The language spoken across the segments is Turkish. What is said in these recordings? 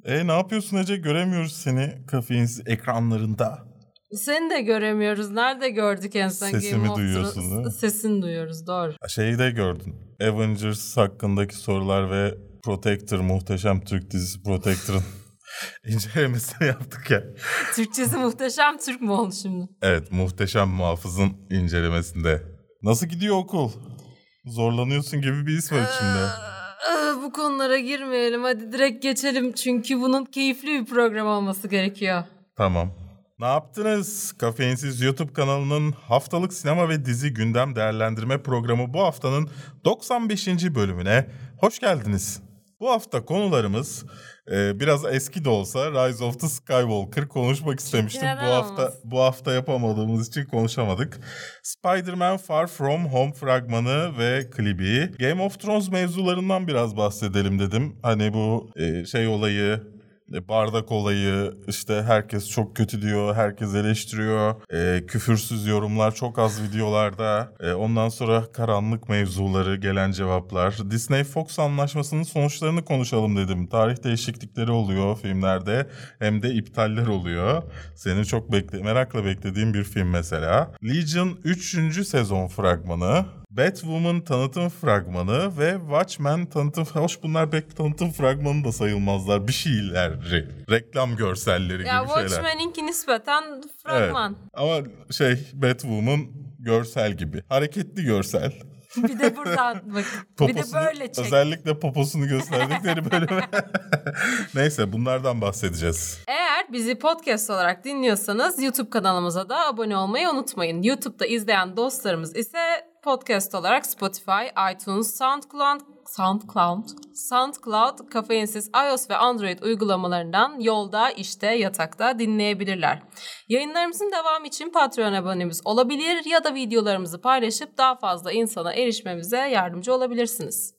Ne yapıyorsun Ece? Göremiyoruz seni kafeinsiz ekranlarında. Seni de göremiyoruz. Nerede gördük en son? Sesimi duyuyorsun değil mi? Sesini duyuyoruz, doğru. Şeyi de gördün. Avengers hakkındaki sorular ve Protector, muhteşem Türk dizisi Protector'ın incelemesini yaptık ya. Türkçesi muhteşem Türk mü oldu şimdi? Evet, muhteşem muhafızın incelemesinde. Nasıl gidiyor okul? Zorlanıyorsun gibi bir his var içimde. Bu konulara girmeyelim. Hadi direkt geçelim. Çünkü bunun keyifli bir program olması gerekiyor. Tamam. Ne yaptınız? Kafeinsiz YouTube kanalının haftalık sinema ve dizi gündem değerlendirme programı bu haftanın 95. bölümüne hoş geldiniz. Bu hafta konularımız biraz eski de olsa Rise of the Skywalker konuşmak istemiştim. Bu hafta yapamadığımız için konuşamadık. Spider-Man Far From Home fragmanı ve klibi. Game of Thrones mevzularından biraz bahsedelim dedim. Hani bu olayı, bardak olayı, işte herkes çok kötü diyor, herkes eleştiriyor. Küfürsüz yorumlar çok az videolarda. Ondan sonra karanlık mevzuları, gelen cevaplar. Disney-Fox anlaşmasının sonuçlarını konuşalım dedim. Tarih değişiklikleri oluyor filmlerde, hem de iptaller oluyor. Senin çok merakla beklediğin bir film mesela. Legion 3. sezon fragmanı. Batwoman tanıtım fragmanı ve Watchmen tanıtım... Hoş bunlar belki tanıtım fragmanı da sayılmazlar. Bir şeyleri. Reklam görselleri gibi şeyler. Watchmen'inki nispeten fragman. Evet. Ama Batwoman görsel gibi. Hareketli görsel. Bir de buradan bak. Bir de böyle çek. Özellikle poposunu gösterdikleri bölümü. Neyse, bunlardan bahsedeceğiz. Eğer bizi podcast olarak dinliyorsanız YouTube kanalımıza da abone olmayı unutmayın. YouTube'da izleyen dostlarımız ise podcast olarak Spotify, iTunes, SoundCloud, kafeinsiz iOS ve Android uygulamalarından yolda, işte, yatakta dinleyebilirler. Yayınlarımızın devamı için Patreon abonemiz olabilir ya da videolarımızı paylaşıp daha fazla insana erişmemize yardımcı olabilirsiniz.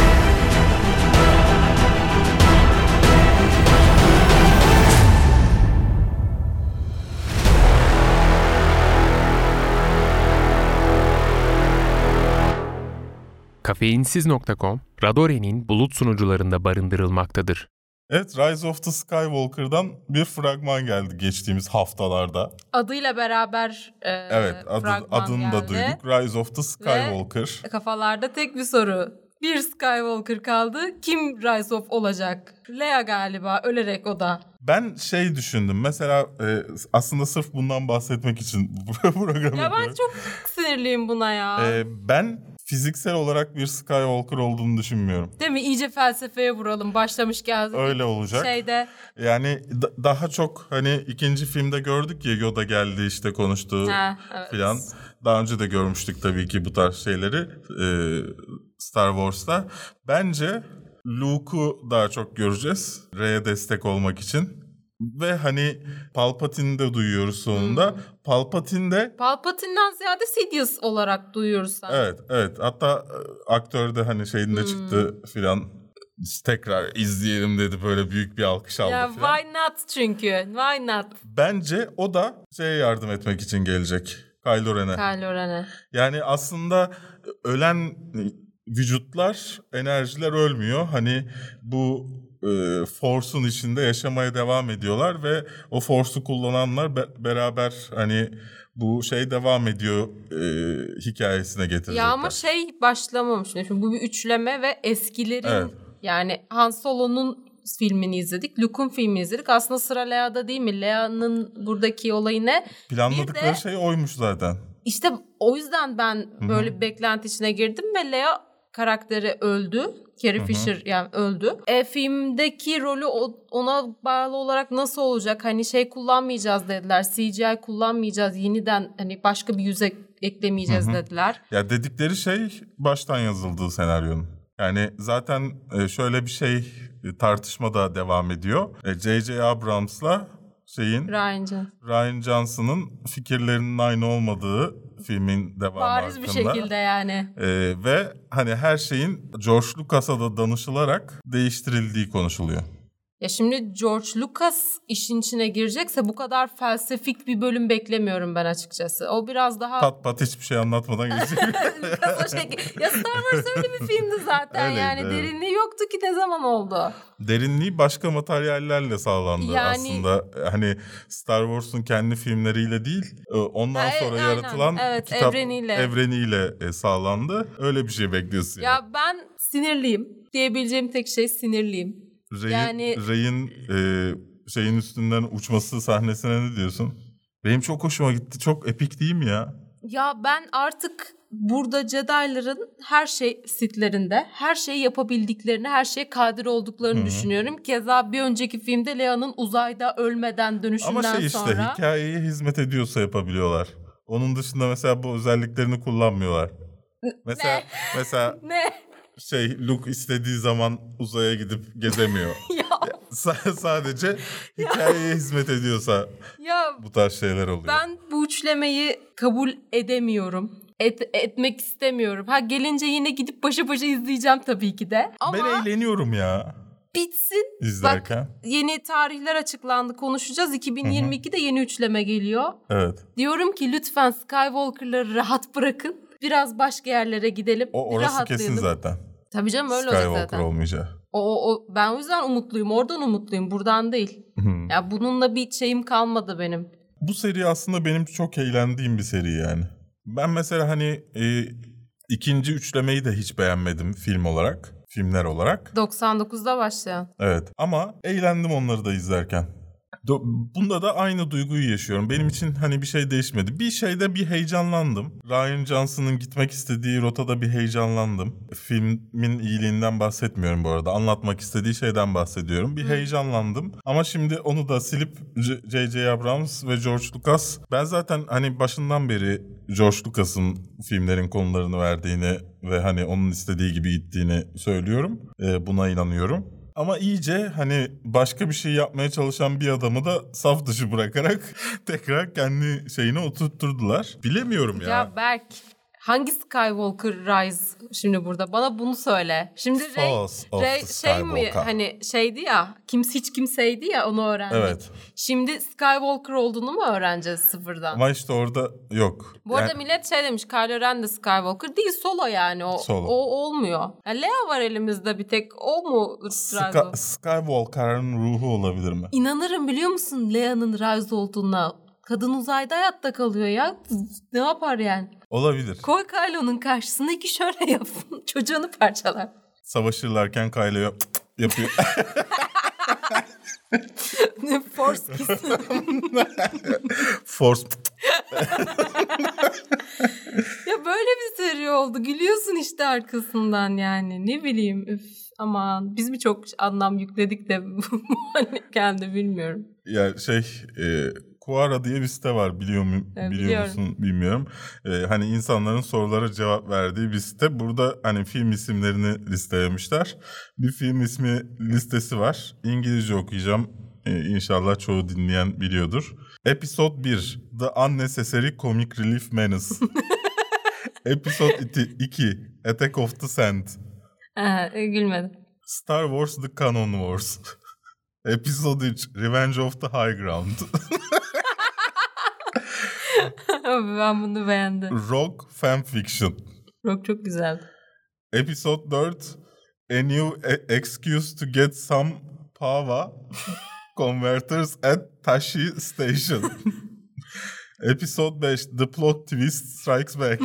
Kafeinsiz.com, Radore'nin bulut sunucularında barındırılmaktadır. Evet, Rise of the Skywalker'dan bir fragman geldi geçtiğimiz haftalarda. Adıyla beraber evet, adını geldi. da duyduk. Rise of the Skywalker. Ve kafalarda tek bir soru. Bir Skywalker kaldı. Kim Rise of olacak? Leia galiba, ölerek o da. Ben düşündüm. Mesela aslında sırf bundan bahsetmek için bu programı ya ben çok sinirliyim buna ya. Ben fiziksel olarak bir Skywalker olduğunu düşünmüyorum. Değil mi? İyice felsefeye vuralım. Başlamışken. Öyle olacak. Yani daha çok hani ikinci filmde gördük ya, Yoda geldi işte konuştu evet. filan. Daha önce de görmüştük tabii ki bu tarz şeyleri Star Wars'ta. Bence Luke'u daha çok göreceğiz. Rey'e destek olmak için. Ve hani Palpatine'i de duyuyoruz sonunda. Palpatine'den ziyade Sidious olarak duyuyoruz sanki. Evet. Hatta aktör de hani şeyinde çıktı filan. Tekrar izleyelim dedi, böyle büyük bir alkış aldı ya filan. Why not çünkü? Why not? Bence o da yardım etmek için gelecek. Kylo Ren'e. Yani aslında ölen vücutlar, enerjiler ölmüyor. Hani bu Force'un içinde yaşamaya devam ediyorlar ve o Force'u kullananlar beraber hani bu devam ediyor hikayesine getirecekler. Ya ama başlamamış. Şimdi bu bir üçleme ve eskilerin yani Han Solo'nun filmini izledik. Luke'un filmini izledik. Aslında sıra Leia'da değil mi? Leia'nın buradaki olayı ne? Planladıkları oymuş zaten. İşte o yüzden ben böyle bir beklenti içine girdim ve Leia karakteri öldü. Carrie Fisher yani öldü. Filmdeki rolü ona bağlı olarak nasıl olacak? Hani kullanmayacağız dediler. CGI kullanmayacağız. Yeniden hani başka bir yüze eklemeyeceğiz dediler. Ya dedikleri baştan yazıldığı senaryonun. Yani zaten şöyle bir tartışma da devam ediyor. J.J. Abrams'la Rian Johnson'ın fikirlerinin aynı olmadığı filmin devamı bariz hakkında. Bir şekilde yani. Ve hani her şeyin George Lucas'a da danışılarak değiştirildiği konuşuluyor. Ya şimdi George Lucas işin içine girecekse bu kadar felsefik bir bölüm beklemiyorum ben açıkçası. O biraz daha... Pat pat hiçbir şey anlatmadan geçecek. Ya Star Wars öyle bir filmdi zaten. Öyleydi, yani evet. Derinliği yoktu ki, ne zaman oldu? Derinliği başka materyallerle sağlandı aslında. Hani Star Wars'un kendi filmleriyle değil, ondan sonra yaratılan kitap evreniyle sağlandı. Öyle bir şey bekliyorsun. Ya ben sinirliyim. Diyebileceğim tek şey sinirliyim. Rey'in şeyin üstünden uçması sahnesine ne diyorsun? Benim çok hoşuma gitti. Çok epik değil mi ya? Ya ben artık burada Jedi'ların her şey Sith'lerinde her şeyi yapabildiklerini, her şeye kadir olduklarını düşünüyorum. Keza bir önceki filmde Leia'nın uzayda ölmeden dönüşünden sonra. Ama işte hikayeye hizmet ediyorsa yapabiliyorlar. Onun dışında mesela bu özelliklerini kullanmıyorlar. Mesela Ne? Luke istediği zaman uzaya gidip gezemiyor. Sadece hikayeye hizmet ediyorsa bu tarz şeyler oluyor. Ben bu üçlemeyi kabul edemiyorum. Etmek istemiyorum. Gelince yine gidip başa başa izleyeceğim tabii ki de. Ama ben eğleniyorum ya. Bitsin. İzlerken. Bak, yeni tarihler açıklandı, konuşacağız. 2022'de yeni üçleme geliyor. Evet. Diyorum ki lütfen Skywalker'ları rahat bırakın. Biraz başka yerlere gidelim. Orası kesin zaten. Tabii canım, öyle olacak zaten. Skywalker olmayacak. Ben o yüzden umutluyum. Oradan umutluyum. Buradan değil. Ya bununla bir şeyim kalmadı benim. Bu seri aslında benim çok eğlendiğim bir seri yani. Ben mesela hani ikinci üçlemeyi de hiç beğenmedim filmler olarak. 99'da başlayan. Evet, ama eğlendim onları da izlerken. Bunda da aynı duyguyu yaşıyorum. Benim için hani bir şey değişmedi. Bir şeyde bir heyecanlandım. Rian Johnson'ın gitmek istediği rotada bir heyecanlandım. Filmin iyiliğinden bahsetmiyorum bu arada. Anlatmak istediği şeyden bahsediyorum. Bir heyecanlandım. Ama şimdi onu da silip J.J. Abrams ve George Lucas... Ben zaten hani başından beri George Lucas'ın filmlerin konularını verdiğini ve hani onun istediği gibi gittiğini söylüyorum. Buna inanıyorum. Ama iyice hani başka bir şey yapmaya çalışan bir adamı da saf dışı bırakarak tekrar kendi şeyine oturtturdular. Bilemiyorum ya. Ya Berk, hangi Skywalker Rise şimdi burada? Bana bunu söyle. Şimdi Rey şey mi, hani şeydi ya, hiç kimseydi ya, onu öğrendik. Evet. Şimdi Skywalker olduğunu mu öğreneceğiz sıfırdan? Ama işte orada yok. Bu arada millet şey demiş, Kylo Ren de Skywalker değil, Solo yani. O olmuyor. Yani Leia var elimizde, bir tek o mu Rise? Skywalker'ın ruhu olabilir mi? İnanırım, biliyor musun Leia'nın Rise olduğuna. Kadın uzayda hayatta kalıyor ya. Ne yapar yani? Olabilir. Koy Kylo'nun karşısına, iki şöyle yapın. Çocuğunu parçalar. Savaşırlarken Kylo'ya yapıyor. Force kiss. Force. Ya böyle bir seri oldu. Gülüyorsun işte arkasından yani. Ne bileyim. Üf, aman biz mi çok anlam yükledik de kendi bilmiyorum. Ya Quora diye bir site var, biliyor musun bilmiyorum. Hani insanların sorulara cevap verdiği bir site. Burada hani film isimlerini listelemişler. Bir film ismi listesi var. İngilizce okuyacağım. İnşallah çoğu dinleyen biliyordur. Episode 1. The Unnecessary Comic Relief Menace. Episode 2. Attack of the Sand. Gülmedim. Star Wars The Canon Wars. Episode 3. Revenge of the High Ground. Ben bunu beğendim. Rogue Fanfiction. Rogue çok güzeldi. Episode 4. A New Excuse to Get Some Pava Converters at Tashi Station. Episode 5. The Plot Twist Strikes Back.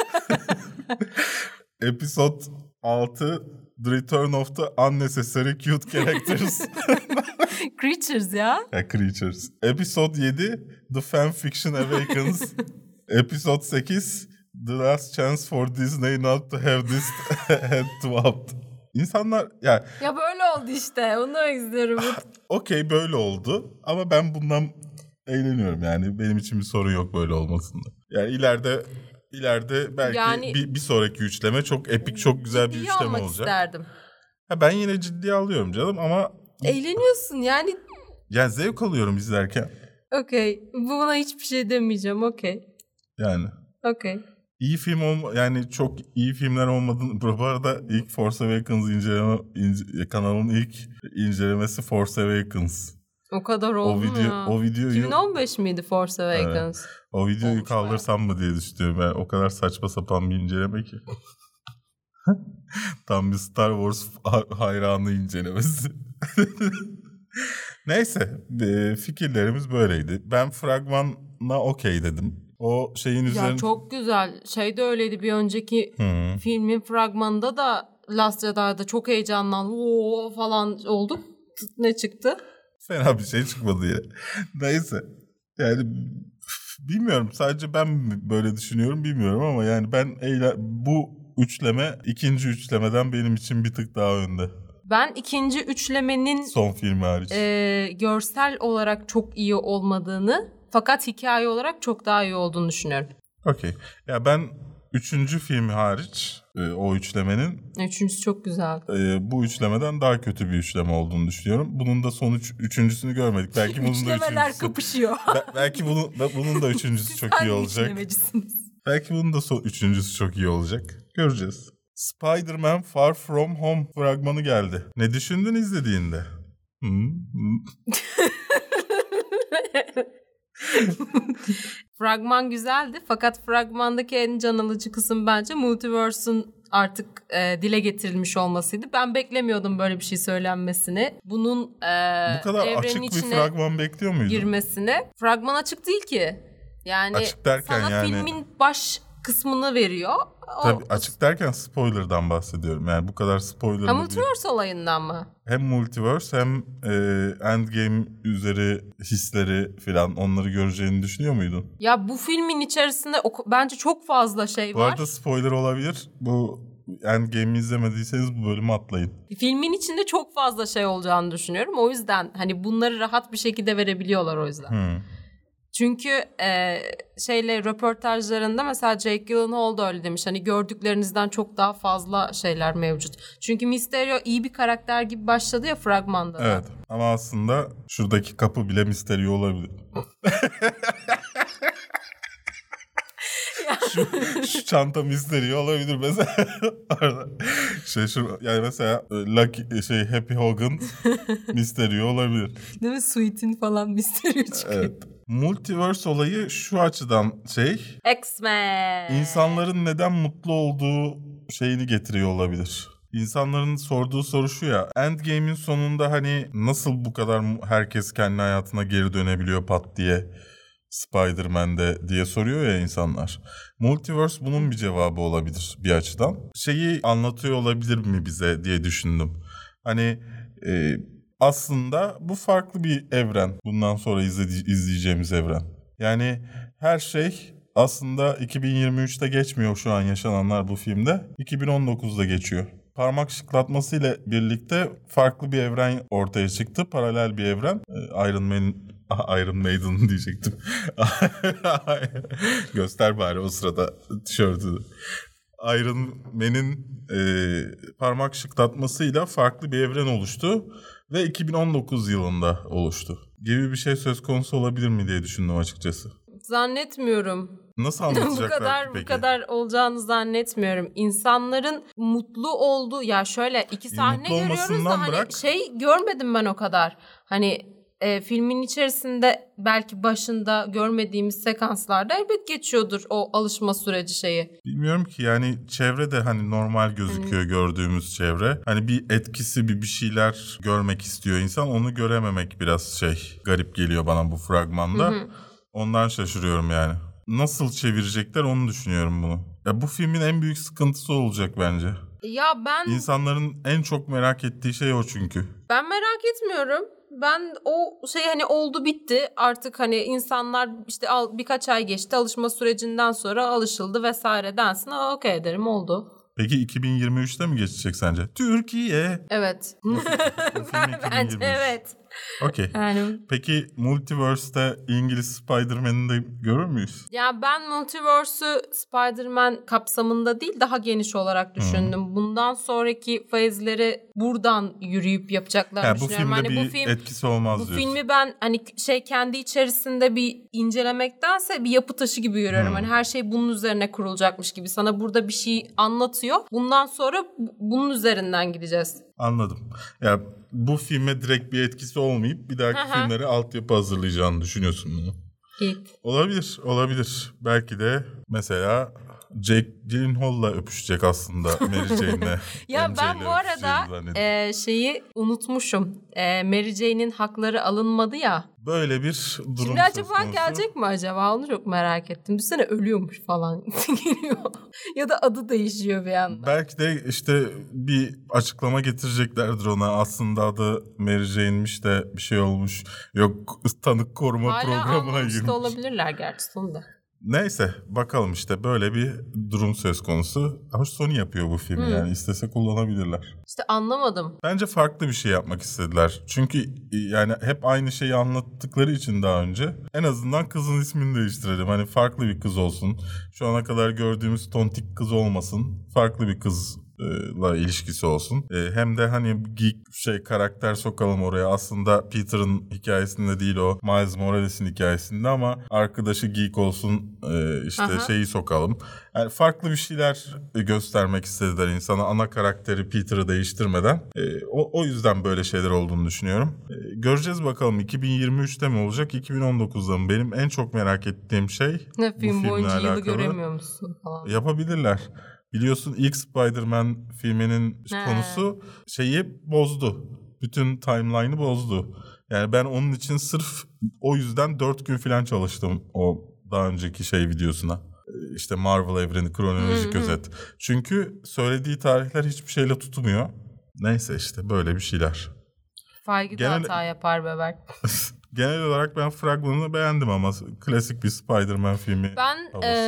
Episode 6. The Return of the Unnecessary Cute Characters. Creatures ya. Creatures. Episode 7. The Fanfiction Awakens. Episode 8. The Last Chance for Disney Not to Have This Head Twapped. İnsanlar ya böyle oldu işte. Onu izliyorum. Okey, böyle oldu. Ama ben bundan eğleniyorum yani. Benim için bir sorun yok böyle olmasında. Yani ileride belki bir sonraki üçleme çok epik, çok güzel bir üçleme olacak. İsterdim. Ben yine ciddiye alıyorum canım ama... Eğleniyorsun yani. Yani zevk alıyorum izlerken. Okey. Buna hiçbir şey demeyeceğim. Okey. Yani. Okey. iyi film yani çok iyi filmler olmadığını, bu arada ilk Force Awakens kanalın ilk incelemesi Force Awakens. O kadar oldu mu ya? O videoyu 2015 miydi Force Awakens? Evet, o videoyu olmuş kaldırsam mı diye düşünüyorum. Yani o kadar saçma sapan bir inceleme ki. Tam bir Star Wars hayranı incelemesi. Neyse, fikirlerimiz böyleydi. Ben fragmana okey dedim. O şeyin üzerine... Ya çok güzel. Şey de öyleydi, bir önceki filmin fragmanında da Last Jedi'da çok heyecanlandım. Oo falan olduk. Ne çıktı? Fena bir şey çıkmadı yine. Neyse. Yani bilmiyorum. Sadece ben böyle düşünüyorum bilmiyorum ama yani ben bu üçleme ikinci üçlemeden benim için bir tık daha önde. Ben ikinci üçlemenin son filmi hariç görsel olarak çok iyi olmadığını, fakat hikaye olarak çok daha iyi olduğunu düşünüyorum. Okey. Ya ben üçüncü filmi hariç o üçlemenin... Üçüncüsü çok güzel. Bu üçlemeden daha kötü bir üçleme olduğunu düşünüyorum. Bunun da üçüncüsünü görmedik. Belki bunun da üçlemeler kapışıyor. Belki bunun da üçüncüsü çok iyi olacak. Belki bunun da üçüncüsü çok iyi olacak. Göreceğiz. Spider-Man Far From Home fragmanı geldi. Ne düşündün izlediğinde? Fragman güzeldi, fakat fragmandaki en can alıcı kısım bence Multiverse'ın artık dile getirilmiş olmasıydı. Ben beklemiyordum böyle bir şey söylenmesini. Bunun bu kadar açık bir fragman bekliyor muydun? Girmesini. Fragman açık değil ki. Yani açık derken sana filmin baş kısmını veriyor. Tabii açık derken spoiler'dan bahsediyorum. Yani bu kadar spoiler'lı Multiverse olayından mı? Hem Multiverse hem Endgame üzeri hisleri falan, onları göreceğini düşünüyor muydun? Ya bu filmin içerisinde bence çok fazla şey var. Bu arada spoiler olabilir. Bu Endgame'i izlemediyseniz bu bölümü atlayın. Filmin içinde çok fazla şey olacağını düşünüyorum. O yüzden hani bunları rahat bir şekilde verebiliyorlar o yüzden. Çünkü röportajlarında mesela Jake Gyllenhaal da öyle demiş. Hani gördüklerinizden çok daha fazla şeyler mevcut. Çünkü Mysterio iyi bir karakter gibi başladı ya fragmanda da. Evet, ama aslında şuradaki kapı bile Mysterio olabilir. şu çanta Mysterio olabilir mesela. Yani mesela Happy Hogan Mysterio olabilir. Değil mi? Sweet'in falan Mysterio çıkıyor. Evet. Multiverse olayı şu açıdan X-Men. İnsanların neden mutlu olduğu şeyini getiriyor olabilir. İnsanların sorduğu soru şu ya. Endgame'in sonunda hani nasıl bu kadar herkes kendi hayatına geri dönebiliyor pat diye Spider-Man'de diye soruyor ya insanlar. Multiverse bunun bir cevabı olabilir bir açıdan. Şeyi anlatıyor olabilir mi bize diye düşündüm. Hani aslında bu farklı bir evren. Bundan sonra izleyeceğimiz evren. Yani her şey aslında 2023'te geçmiyor şu an yaşananlar bu filmde. 2019'da geçiyor. Parmak şıklatmasıyla birlikte farklı bir evren ortaya çıktı. Paralel bir evren. Iron Maiden diyecektim. Göster bari o sırada tişörtünü. Iron Man'in parmak şıklatmasıyla farklı bir evren oluştu ve 2019 yılında oluştu gibi bir şey söz konusu olabilir mi diye düşündüm açıkçası. Zannetmiyorum. Nasıl anlatacaklar bu kadar olacağını zannetmiyorum. İnsanların mutlu olduğu, ya şöyle iki sahne görüyoruz da hani görmedim ben o kadar. Hani filmin içerisinde belki başında görmediğimiz sekanslarda elbet geçiyordur o alışma süreci şeyi. Bilmiyorum ki, yani çevre de hani normal gözüküyor gördüğümüz çevre. Hani bir etkisi, bir şeyler görmek istiyor insan, onu görememek biraz garip geliyor bana bu fragmanda. Ondan şaşırıyorum yani. Nasıl çevirecekler onu düşünüyorum bunu. Ya bu filmin en büyük sıkıntısı olacak bence. Ya İnsanların en çok merak ettiği şey o çünkü. Ben merak etmiyorum. Ben o hani oldu bitti artık, hani insanlar işte birkaç ay geçti, alışma sürecinden sonra alışıldı vesaire densin, okey derim, oldu. Peki 2023'te mi geçecek sence? Türkiye. Evet. Bu film 2023. Evet. Okey. Yani Peki Multiverse'te İngiliz Spider-Man'i de görür müyüz? ya ben Multiverse'ü Spider-Man kapsamında değil daha geniş olarak düşündüm. Bundan sonraki fazları buradan yürüyüp yapacaklarını Bu düşünüyorum. filmde Hani bir etkisi olmaz bu diyorsun. filmi ben hani kendi içerisinde bir incelemektense bir yapı taşı gibi görüyorum. Hani her şey bunun üzerine kurulacakmış gibi. Sana burada bir şey anlatıyor. Bundan sonra bunun üzerinden gideceğiz. Anladım. Ya bu filme direkt bir etkisi olmayıp bir dahaki filmlere altyapı hazırlayacağını düşünüyorsun bunu. Evet. Olabilir. Belki de mesela Jake Gyllenhaal'la öpüşecek aslında Mary Jane'le. Ya MJ ben 'le bu arada öpüşeceğini zannediyorum. şeyi unutmuşum. Mary Jane'in hakları alınmadı ya. Böyle bir durum Şimdi söz acaba konusu. gelecek mi acaba? Onu çok merak ettim. Düşünsene ölüyormuş falan geliyor. Ya da adı değişiyor bir anda. Belki de işte bir açıklama getireceklerdir ona. Aslında adı Mary Jane'miş de bir şey olmuş. Yok tanık koruma Hala programına almamış girmiş. da olabilirler gerçi sonunda. Neyse bakalım işte böyle bir durum söz konusu. Hoş Sony yapıyor bu filmi yani istese kullanabilirler. İşte anlamadım. Bence farklı bir şey yapmak istediler. Çünkü yani hep aynı şeyi anlattıkları için daha önce en azından kızın ismini değiştirelim. Hani farklı bir kız olsun. Şu ana kadar gördüğümüz tontik kız olmasın. Farklı bir kızla ilişkisi olsun. Hem de hani geek karakter sokalım oraya. Aslında Peter'ın hikayesinde değil o. Miles Morales'in hikayesinde ama arkadaşı geek olsun şeyi sokalım. Yani farklı bir şeyler göstermek istediler insana. Ana karakteri Peter'ı değiştirmeden. O yüzden böyle şeyler olduğunu düşünüyorum. Göreceğiz bakalım 2023'te mi olacak 2019'da mı? Benim en çok merak ettiğim şey Ne bu film filmle boyunca yılı alakalı. göremiyor musun falan. Yapabilirler. Biliyorsun ilk Spider-Man filminin konusu şeyi bozdu. Bütün timeline'ı bozdu. Yani ben onun için sırf o yüzden 4 gün falan çalıştım o daha önceki videosuna. İşte Marvel evreni kronolojik özet. Çünkü söylediği tarihler hiçbir şeyle tutmuyor. Neyse işte böyle bir şeyler. Feige de hata yapar beber. Genel olarak ben fragmanını beğendim ama klasik bir Spider-Man filmi Ben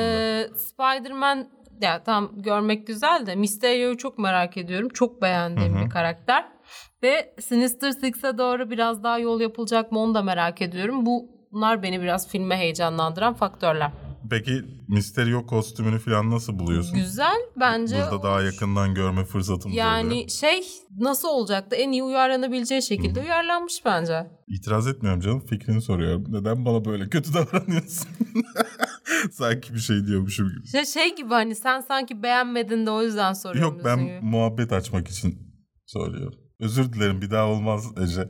Spider-Man ya tam görmek güzel de Mysterio'yu çok merak ediyorum. Çok beğendiğim bir karakter. Ve Sinister Six'e doğru biraz daha yol yapılacak mı onu da merak ediyorum. Bunlar beni biraz filme heyecanlandıran faktörler. Peki Mysterio kostümünü falan nasıl buluyorsun? Güzel bence. Burada daha yakından görme fırsatımız oluyor. Yani nasıl olacaktı? En iyi uyarlanabileceği şekilde uyarlanmış bence. İtiraz etmiyorum canım. Fikrini soruyorum. Neden bana böyle kötü davranıyorsun? Sanki bir şey diyormuşum gibi. Gibi hani sen sanki beğenmedin de o yüzden soruyorum. Yok ben muhabbet açmak için söylüyorum. Özür dilerim bir daha olmaz Ece.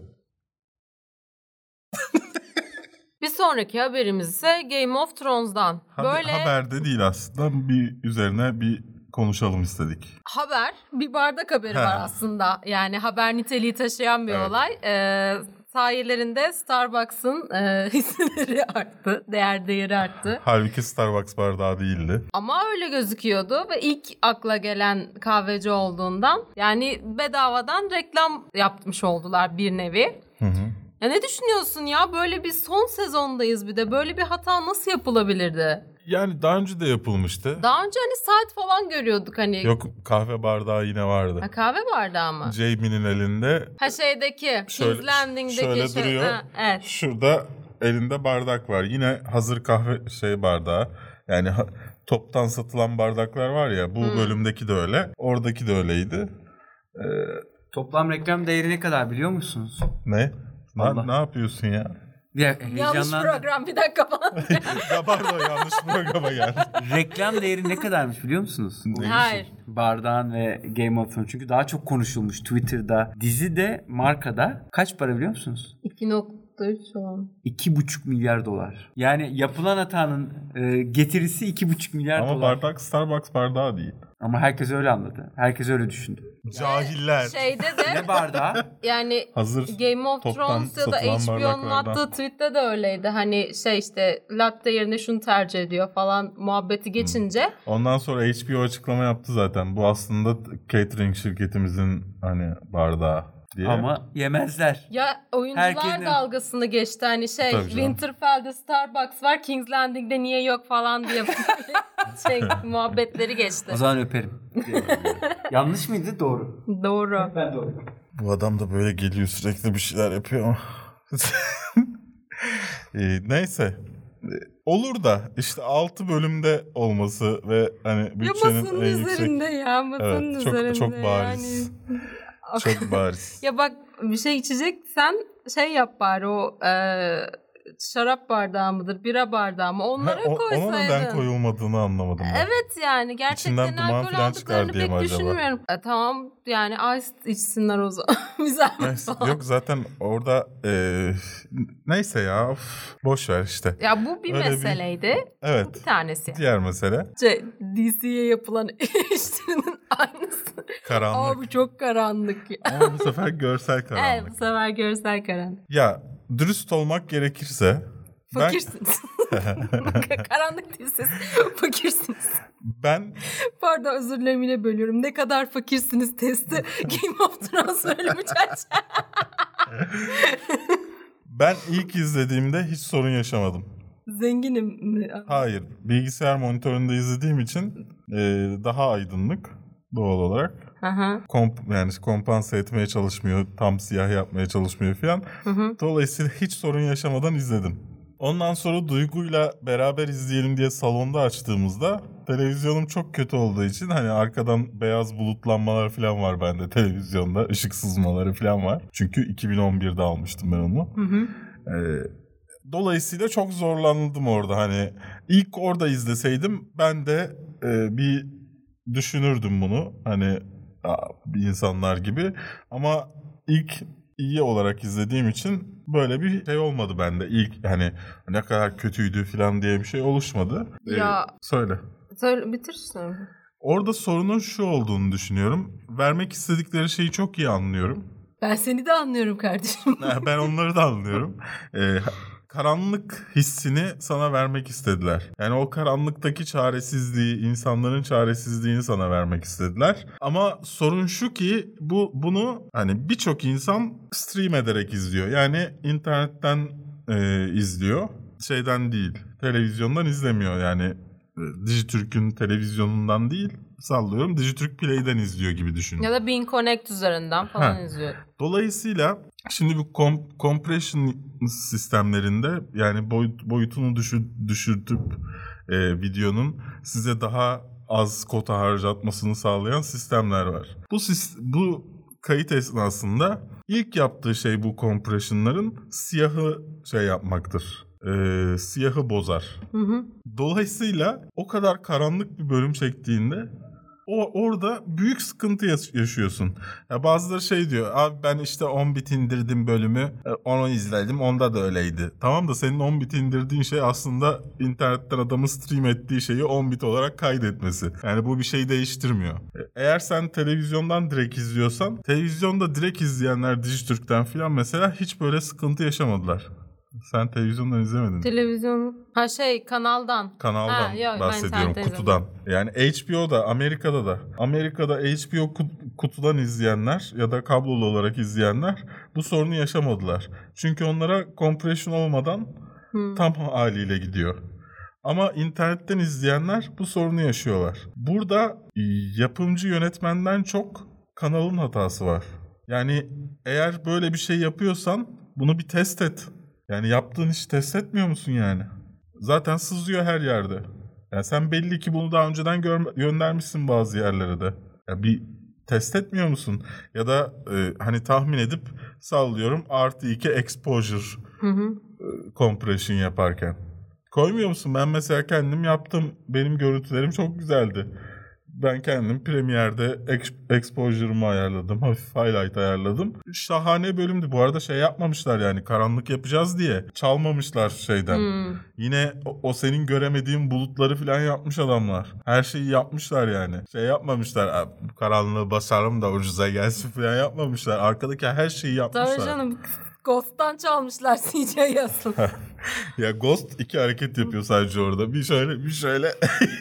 Bir sonraki haberimiz ise Game of Thrones'dan. Haberde değil aslında. Bir üzerine bir konuşalım istedik. Bir bardak haberi var aslında. Yani haber niteliği taşıyan bir olay. Sayelerinde Starbucks'ın hisseleri arttı. Değeri arttı. Halbuki Starbucks bardağı değildi. Ama öyle gözüküyordu ve ilk akla gelen kahveci olduğundan yani bedavadan reklam yapmış oldular bir nevi. Ya ne düşünüyorsun ya? Böyle bir son sezondayız bir de. Böyle bir hata nasıl yapılabilirdi? Yani daha önce de yapılmıştı. Daha önce hani saat falan görüyorduk hani. Yok kahve bardağı yine vardı. Kahve bardağı mı? Jamie'nin elinde. King's Landing'deki şöyle duruyor. Evet. Şurada elinde bardak var. Yine hazır kahve bardağı. Yani toptan satılan bardaklar var ya. Bu bölümdeki de öyle. Oradaki de öyleydi. Toplam reklam değeri ne kadar biliyor musunuz? Ne? Ne yapıyorsun ya? Yanlış program bir dakika falan. Ya pardon yanlış programa geldi. Reklam değeri ne kadarmış biliyor musunuz? Hayır. Bardağın ve Game of Thrones. Çünkü daha çok konuşulmuş Twitter'da. Dizide, markada kaç para biliyor musunuz? 2.3 falan. 2,5 milyar dolar. Yani yapılan hatanın getirisi 2,5 milyar dolar. Ama bardak Starbucks bardağı değil. Ama herkes öyle anladı. Herkes öyle düşündü. Cahiller. Ne bardağı? Yani hazır Game of Thrones ya da HBO'nun attığı tweette de öyleydi. Hani latte yerine şunu tercih ediyor falan muhabbeti geçince. Ondan sonra HBO açıklama yaptı zaten. Bu aslında catering şirketimizin hani bardağı diye. Ama yemezler. Ya oyuncular dalgasını geçti. Hani Winterfell'de Starbucks var, King's Landing'de niye yok falan diye muhabbetleri geçti. O zaman öperim. Yanlış mıydı? Doğru. Doğru. Ben doğru. Bu adam da böyle geliyor sürekli bir şeyler yapıyor ama. Neyse. Olur da işte 6 bölümde olması ve hani bütçenin masanın en yüksek. üzerinde ya masanın Evet, üzerinde. çok bariz. Yani. Çok bariz. Ya bak bir şey içeceksen şey yap bari o şarap bardağı mıdır, bira bardağı mı onlara koysaydın. Ona neden koyulmadığını anlamadım ben. Evet yani gerçekten İçinden duman alkol falan çıkar aldıklarını diye mi pek acaba? düşünmüyorum. Tamam yani ice içsinler o zaman. Bir zahmet Neyse, falan. yok zaten orada neyse ya boş ver işte. Ya bu bir Öyle meseleydi. Evet. Bir tanesi. Diğer mesele. DC'ye yapılan eleştirinin aynısı. Karanlık. Abi çok karanlık ya. Ama bu sefer görsel karanlık. Evet bu sefer görsel karanlık. Ya dürüst olmak gerekirse Fakirsiniz. Karanlık değilsiniz. Fakirsiniz. ben Pardon özür dilerim yine bölüyorum. Ne kadar fakirsiniz testi Game of Thrones bölümü ben ilk izlediğimde hiç sorun yaşamadım. Zenginim mi? Hayır. Bilgisayar monitöründe izlediğim için daha aydınlık doğal olarak. Aha. Yani kompanse etmeye çalışmıyor. Tam siyah yapmaya çalışmıyor falan. Dolayısıyla hiç sorun yaşamadan izledim. Ondan sonra Duygu'yla beraber izleyelim diye salonda açtığımızda televizyonum çok kötü olduğu için hani arkadan beyaz bulutlanmalar falan var bende televizyonda. Işık sızmaları falan var. Çünkü 2011'de almıştım ben onu. Dolayısıyla çok zorlandım orada. Hani ilk orada izleseydim ben de bir düşünürdüm bunu. Hani insanlar gibi. Ama ilk iyi olarak izlediğim için böyle bir şey olmadı bende. İlk hani ne kadar kötüydü falan diye bir şey oluşmadı. Ya Söyle. Bitir sonra. Orada sorunun şu olduğunu düşünüyorum. Vermek istedikleri şeyi çok iyi anlıyorum. Ben seni de anlıyorum kardeşim. Ben onları da anlıyorum. Karanlık hissini sana vermek istediler. Yani o karanlıktaki çaresizliği, insanların çaresizliğini sana vermek istediler. Ama sorun şu ki bunu hani birçok insan stream ederek izliyor. Yani internetten izliyor. Şeyden değil, televizyondan izlemiyor. Yani Dijitürk'ün televizyonundan değil, sallıyorum Dijitürk Play'den izliyor gibi düşünün. Ya da Bean Connect üzerinden falan izliyor. Dolayısıyla şimdi bu compression sistemlerinde yani boyutunu düşürtüp videonun size daha az kota harcatmasını sağlayan sistemler var. Bu kayıt esnasında ilk yaptığı şey bu compression'ların siyahı şey yapmaktır. Siyahı bozar. Dolayısıyla o kadar karanlık bir bölüm çektiğinde orada büyük sıkıntı yaşıyorsun. Ya bazıları şey diyor. Abi ben işte 10 bit indirdim bölümü. Onu izledim. Onda da öyleydi. Tamam da senin 10 bit indirdiğin şey aslında internetten adamın stream ettiği şeyi 10 bit olarak kaydetmesi. Yani bu bir şey değiştirmiyor. Eğer sen televizyondan direkt izliyorsan televizyonda direkt izleyenler Dijitürk'ten falan mesela hiç böyle sıkıntı yaşamadılar. Sen televizyondan izlemedin. Televizyon kanaldan. Kanaldan bahsediyorum, kutudan. Yani HBO'da, Amerika'da HBO kutudan izleyenler ya da kablolu olarak izleyenler bu sorunu yaşamadılar. Çünkü onlara compression olmadan tam haliyle gidiyor. Ama internetten izleyenler bu sorunu yaşıyorlar. Burada yapımcı yönetmenden çok kanalın hatası var. Yani eğer böyle bir şey yapıyorsan bunu bir test et. Yani yaptığın işi test etmiyor musun yani? Zaten sızıyor her yerde. Yani sen belli ki bunu daha önceden göndermişsin bazı yerlere de. Ya bir test etmiyor musun? Ya da hani tahmin edip sallıyorum +2 exposure compression yaparken. Koymuyor musun? Ben mesela kendim yaptım. Benim görüntülerim çok güzeldi. Ben kendim Premiere'de exposure'ımı ayarladım. Hafif highlight ayarladım. Şahane bölümdü. Bu arada şey yapmamışlar yani karanlık yapacağız diye. Çalmamışlar şeyden. Yine o senin göremediğin bulutları falan yapmış adamlar. Her şeyi yapmışlar yani. Şey yapmamışlar. Karanlığı basalım da ucuza gelsin falan yapmamışlar. Arkadaki her şeyi yapmışlar. Tabii canım. Ghost'tan çalmışlar CJ yazın. Ya Ghost 2 hareket yapıyor sadece orada. Bir şöyle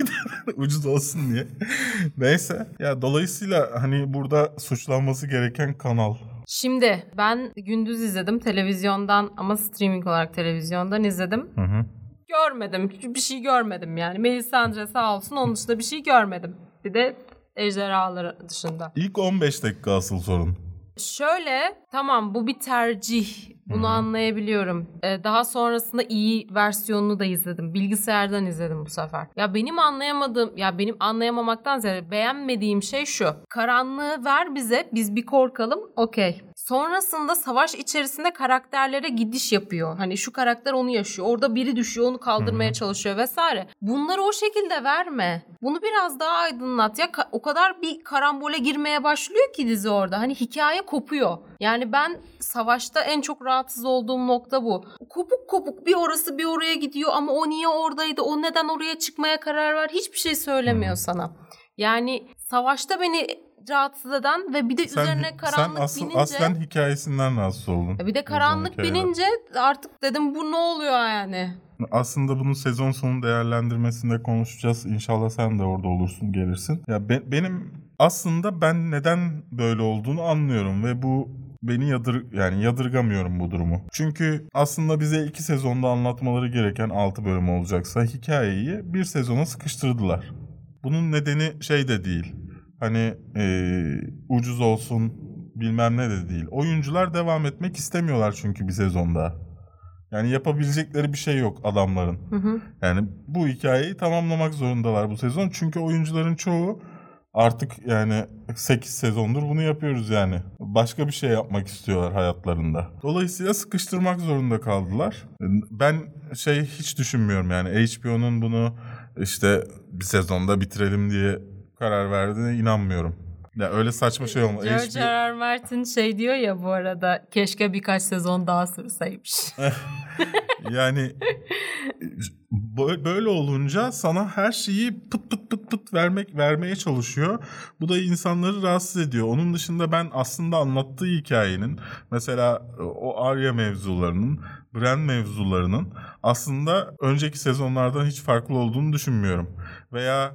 ucuz olsun diye. Neyse. Ya dolayısıyla hani burada suçlanması gereken kanal. Şimdi ben gündüz izledim televizyondan ama streaming olarak televizyondan izledim. Görmedim. Bir şey görmedim yani. Melisandre sağ olsun onun dışında bir şey görmedim. Bir de ejderhaları dışında. İlk 15 dakika asıl sorun. Şöyle, tamam, bu bir tercih. Bunu anlayabiliyorum. Daha sonrasında iyi versiyonunu da izledim. Bilgisayardan izledim bu sefer. Ya benim anlayamamaktan ziyade beğenmediğim şey şu. Karanlığı ver bize, biz bir korkalım, okey. Sonrasında savaş içerisinde karakterlere gidiş yapıyor. Hani şu karakter onu yaşıyor. Orada biri düşüyor, onu kaldırmaya çalışıyor vesaire. Bunları o şekilde verme. Bunu biraz daha aydınlat. Ya o kadar bir karambole girmeye başlıyor ki dizi orada. Hani hikaye kopuyor. Yani ben savaşta en çok rahatsız olduğum nokta bu. Kopuk kopuk bir orası bir oraya gidiyor ama o niye oradaydı? O neden oraya çıkmaya karar ver? Hiçbir şey söylemiyor sana. Yani savaşta beni rahatsız eden ve bir de üzerine karanlık binince... Aslen hikayesinden rahatsız oldun. Bir de karanlık binince artık dedim bu ne oluyor yani? Aslında bunun sezon sonu değerlendirmesinde konuşacağız. İnşallah sen de orada olursun, gelirsin. Ya benim aslında ben neden böyle olduğunu anlıyorum ve bu beni yadırgamıyorum bu durumu. Çünkü aslında bize 2 sezonda anlatmaları gereken 6 bölüm olacaksa hikayeyi bir sezona sıkıştırdılar. Bunun nedeni şey de değil. Hani ucuz olsun bilmem ne de değil. Oyuncular devam etmek istemiyorlar çünkü bir sezonda. Yani yapabilecekleri bir şey yok adamların. Yani bu hikayeyi tamamlamak zorundalar bu sezon. Çünkü oyuncuların çoğu artık yani 8 sezondur bunu yapıyoruz yani. Başka bir şey yapmak istiyorlar hayatlarında. Dolayısıyla sıkıştırmak zorunda kaldılar. Ben hiç düşünmüyorum yani HBO'nun bunu işte bir sezonda bitirelim diye karar verdiğine inanmıyorum. Ya öyle saçma şey olmaz. George R. R. Martin diyor ya bu arada, keşke birkaç sezon daha sürseymiş. Yani böyle olunca sana her şeyi pıt vermeye çalışıyor. Bu da insanları rahatsız ediyor. Onun dışında ben aslında anlattığı hikayenin, mesela o Arya mevzularının, Bran mevzularının aslında önceki sezonlardan hiç farklı olduğunu düşünmüyorum. Veya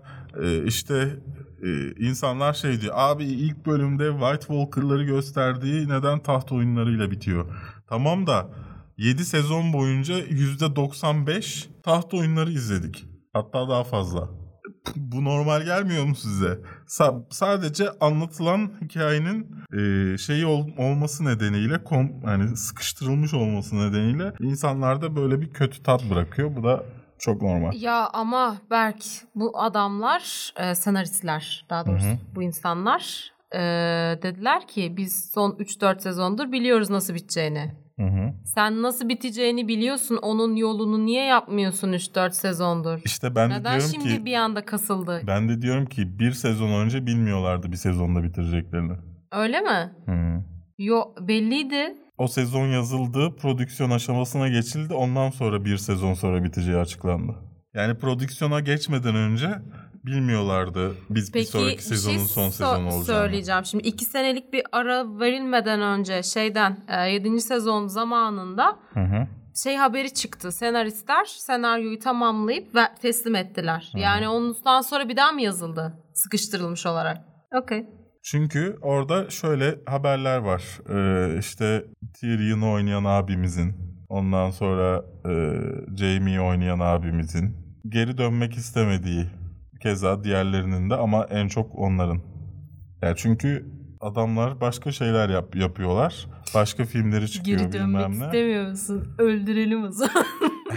insanlar diyor, abi ilk bölümde White Walker'ları gösterdiği neden taht oyunlarıyla bitiyor? Tamam da 7 sezon boyunca %95 taht oyunları izledik. Hatta daha fazla. Bu normal gelmiyor mu size? Sadece anlatılan hikayenin olması nedeniyle, yani sıkıştırılmış olması nedeniyle insanlarda böyle bir kötü tat bırakıyor. Bu da çok normal. Ya ama Berk, bu adamlar, senaristler daha doğrusu, bu insanlar dediler ki biz son 3-4 sezondur biliyoruz nasıl biteceğini. Sen nasıl biteceğini biliyorsun, onun yolunu niye yapmıyorsun 3-4 sezondur? İşte ben neden de diyorum ki... Neden şimdi bir anda kasıldı? Ben de diyorum ki bir sezon önce bilmiyorlardı bir sezonda bitireceklerini. Öyle mi? Yo, belliydi. O sezon yazıldı, prodüksiyon aşamasına geçildi. Ondan sonra bir sezon sonra biteceği açıklandı. Yani prodüksiyona geçmeden önce bilmiyorlardı biz bir sonraki sezonun son sezonu olacağını. Söyleyeceğim. Şimdi 2 senelik bir ara verilmeden önce 7. sezon zamanında haberi çıktı. Senaristler senaryoyu tamamlayıp teslim ettiler. Yani ondan sonra bir daha mı yazıldı? Sıkıştırılmış olarak. Okey. Çünkü orada şöyle haberler var. Tyrion'u oynayan abimizin, ondan sonra Jaime'yi oynayan abimizin geri dönmek istemediği, keza diğerlerinin de, ama en çok onların. Yani çünkü adamlar başka şeyler yapıyorlar. Başka filmleri çıkıyor bilmem ne. Geri dönmek istemiyor musun? Öldürelim o zaman.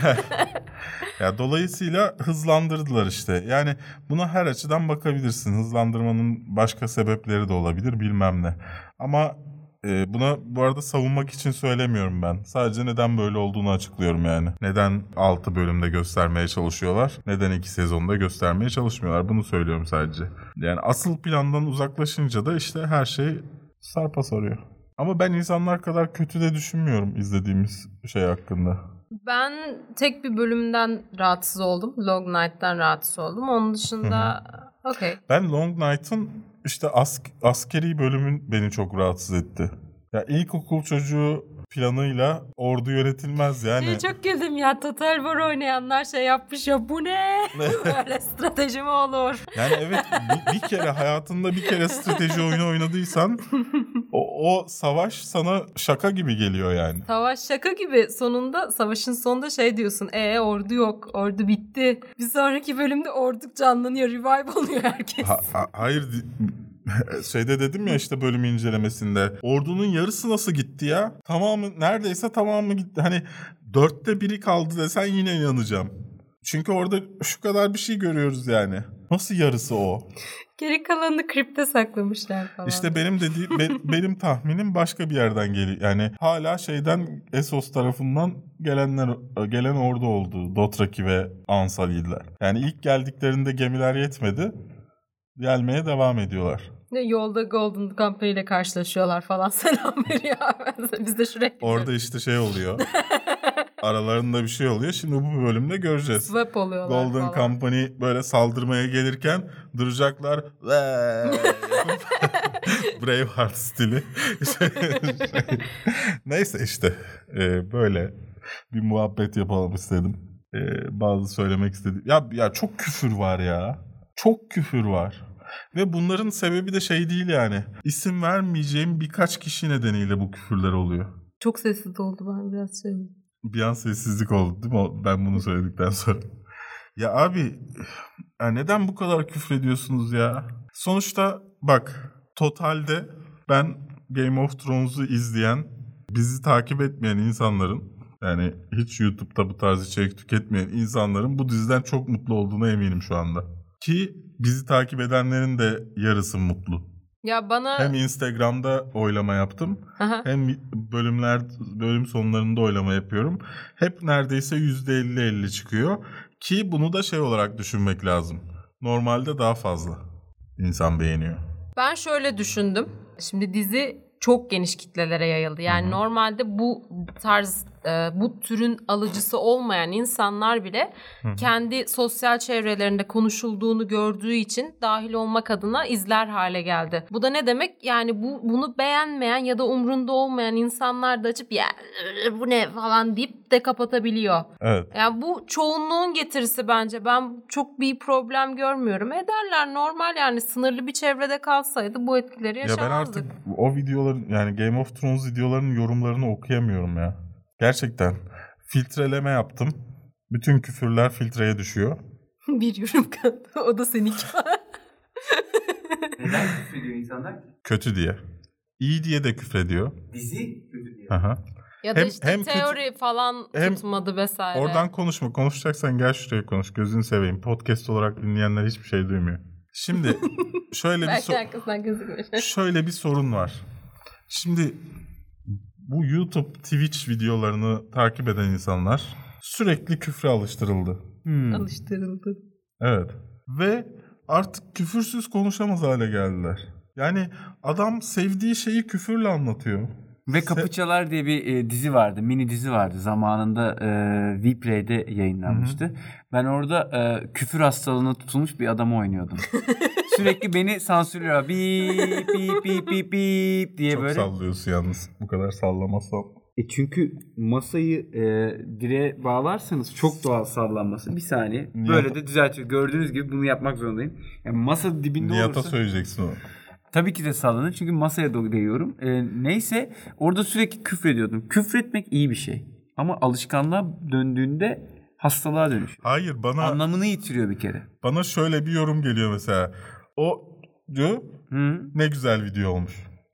Ya dolayısıyla hızlandırdılar işte. Yani buna her açıdan bakabilirsin. Hızlandırmanın başka sebepleri de olabilir, bilmem ne. Ama buna bu arada savunmak için söylemiyorum ben. Sadece neden böyle olduğunu açıklıyorum yani. Neden 6 bölümde göstermeye çalışıyorlar? Neden 2 sezonda göstermeye çalışmıyorlar? Bunu söylüyorum sadece. Yani asıl plandan uzaklaşınca da işte her şey sarpa sarıyor. Ama ben insanlar kadar kötü de düşünmüyorum izlediğimiz şey hakkında. Ben tek bir bölümden rahatsız oldum. Long Night'tan rahatsız oldum. Onun dışında okey. Ben Long Night'ın askeri bölümün beni çok rahatsız etti. Ya ilkokul çocuğu planıyla ordu yönetilmez yani. Çok güldüm ya. Total War oynayanlar yapmış ya, bu ne? Böyle strateji mi olur? Yani evet, bir kere hayatında bir kere strateji oyunu oynadıysan o savaş sana şaka gibi geliyor yani. Savaş şaka gibi. Savaşın sonunda diyorsun. Ordu yok. Ordu bitti. Bir sonraki bölümde ordu canlanıyor. Revive oluyor herkes. Hayır, Şeyde dedim ya işte bölüm incelemesinde. Ordunun yarısı nasıl gitti ya? Neredeyse tamamı gitti. Hani 1/4 kaldı desen yine inanacağım. Çünkü orada şu kadar bir şey görüyoruz yani. Nasıl yarısı o? Geri kalanını kripte saklamışlar falan. İşte benim tahminim başka bir yerden geliyor. Yani hala Essos tarafından gelen ordu oldu. Dothraki ve Ansali'ler. Yani ilk geldiklerinde gemiler yetmedi. Gelmeye devam ediyorlar. Yolda Golden Company ile karşılaşıyorlar falan. Selam veriyor. Biz de şuraya gidiyoruz. Orada işte oluyor. Aralarında bir şey oluyor. Şimdi bu bölümde göreceğiz. Swap oluyorlar Golden falan. Company böyle saldırmaya gelirken duracaklar. Braveheart stili. Neyse işte böyle bir muhabbet yapalım istedim. Bazı söylemek istedim. Ya çok küfür var ya. Çok küfür var. Ve bunların sebebi de değil yani. İsim vermeyeceğim birkaç kişi nedeniyle bu küfürler oluyor. Çok sessiz oldu, ben biraz söyleyeyim. Bir an sessizlik oldu değil mi ben bunu söyledikten sonra? Ya abi neden bu kadar küfrediyorsunuz ya? Sonuçta bak totalde ben Game of Thrones'u izleyen, bizi takip etmeyen insanların, yani hiç YouTube'da bu tarz içerik tüketmeyen insanların bu diziden çok mutlu olduğuna eminim şu anda. Ki bizi takip edenlerin de yarısı mutlu. Ya bana... Hem Instagram'da oylama yaptım. Aha. Hem bölüm sonlarında oylama yapıyorum. Hep neredeyse %50-50 çıkıyor. Ki bunu da olarak düşünmek lazım. Normalde daha fazla insan beğeniyor. Ben şöyle düşündüm. Şimdi dizi çok geniş kitlelere yayıldı. Yani normalde bu tarz bu türün alıcısı olmayan insanlar bile kendi sosyal çevrelerinde konuşulduğunu gördüğü için dahil olmak adına izler hale geldi. Bu da ne demek? Yani bunu beğenmeyen ya da umrunda olmayan insanlar da açıp ya bu ne falan deyip de kapatabiliyor. Evet. Yani bu çoğunluğun getirisi bence. Ben çok bir problem görmüyorum. Ederler, normal yani, sınırlı bir çevrede kalsaydı bu etkileri yaşamazdık. Ya ben artık o videoların, yani Game of Thrones videolarının yorumlarını okuyamıyorum ya. Gerçekten. Filtreleme yaptım. Bütün küfürler filtreye düşüyor. Bir yorum kaldı. O da seninki. Neden küfrediyor insanlar? Kötü diye. İyi diye de küfrediyor. Dizi kötü diyor. Aha. Ya da işte hem teori falan tutmadı vesaire. Oradan konuşma. Konuşacaksan gel şuraya konuş. Gözünü seveyim. Podcast olarak dinleyenler hiçbir şey duymuyor. Şimdi şöyle şöyle bir sorun var. Şimdi bu YouTube, Twitch videolarını takip eden insanlar sürekli küfre alıştırıldı. Alıştırıldı. Evet. Ve artık küfürsüz konuşamaz hale geldiler. Yani adam sevdiği şeyi küfürle anlatıyor. Ve Kapı Çalar diye bir dizi vardı. Mini dizi vardı. Zamanında Vplay'de yayınlanmıştı. Hı-hı. Ben orada küfür hastalığına tutulmuş bir adamı oynuyordum. Sürekli beni sansürlüyor. Bip bip bip bip bip diye çok böyle. Çok sallıyorsun yalnız. Bu kadar sallamazsam. Çünkü masayı direğe bağlarsanız çok doğal sallanması. Bir saniye. Böyle de düzeltiyor. Gördüğünüz gibi bunu yapmak zorundayım. Yani masa dibinde Nihat'a olursa... söyleyeceksin onu. Tabii ki de sallanır. Çünkü masaya değiyorum. Neyse orada sürekli küfrediyordum. Küfretmek iyi bir şey. Ama alışkanlığa döndüğünde hastalığa dönüşüyor. Hayır, anlamını yitiriyor bir kere. Bana şöyle bir yorum geliyor mesela. O diyor ne güzel video olmuş.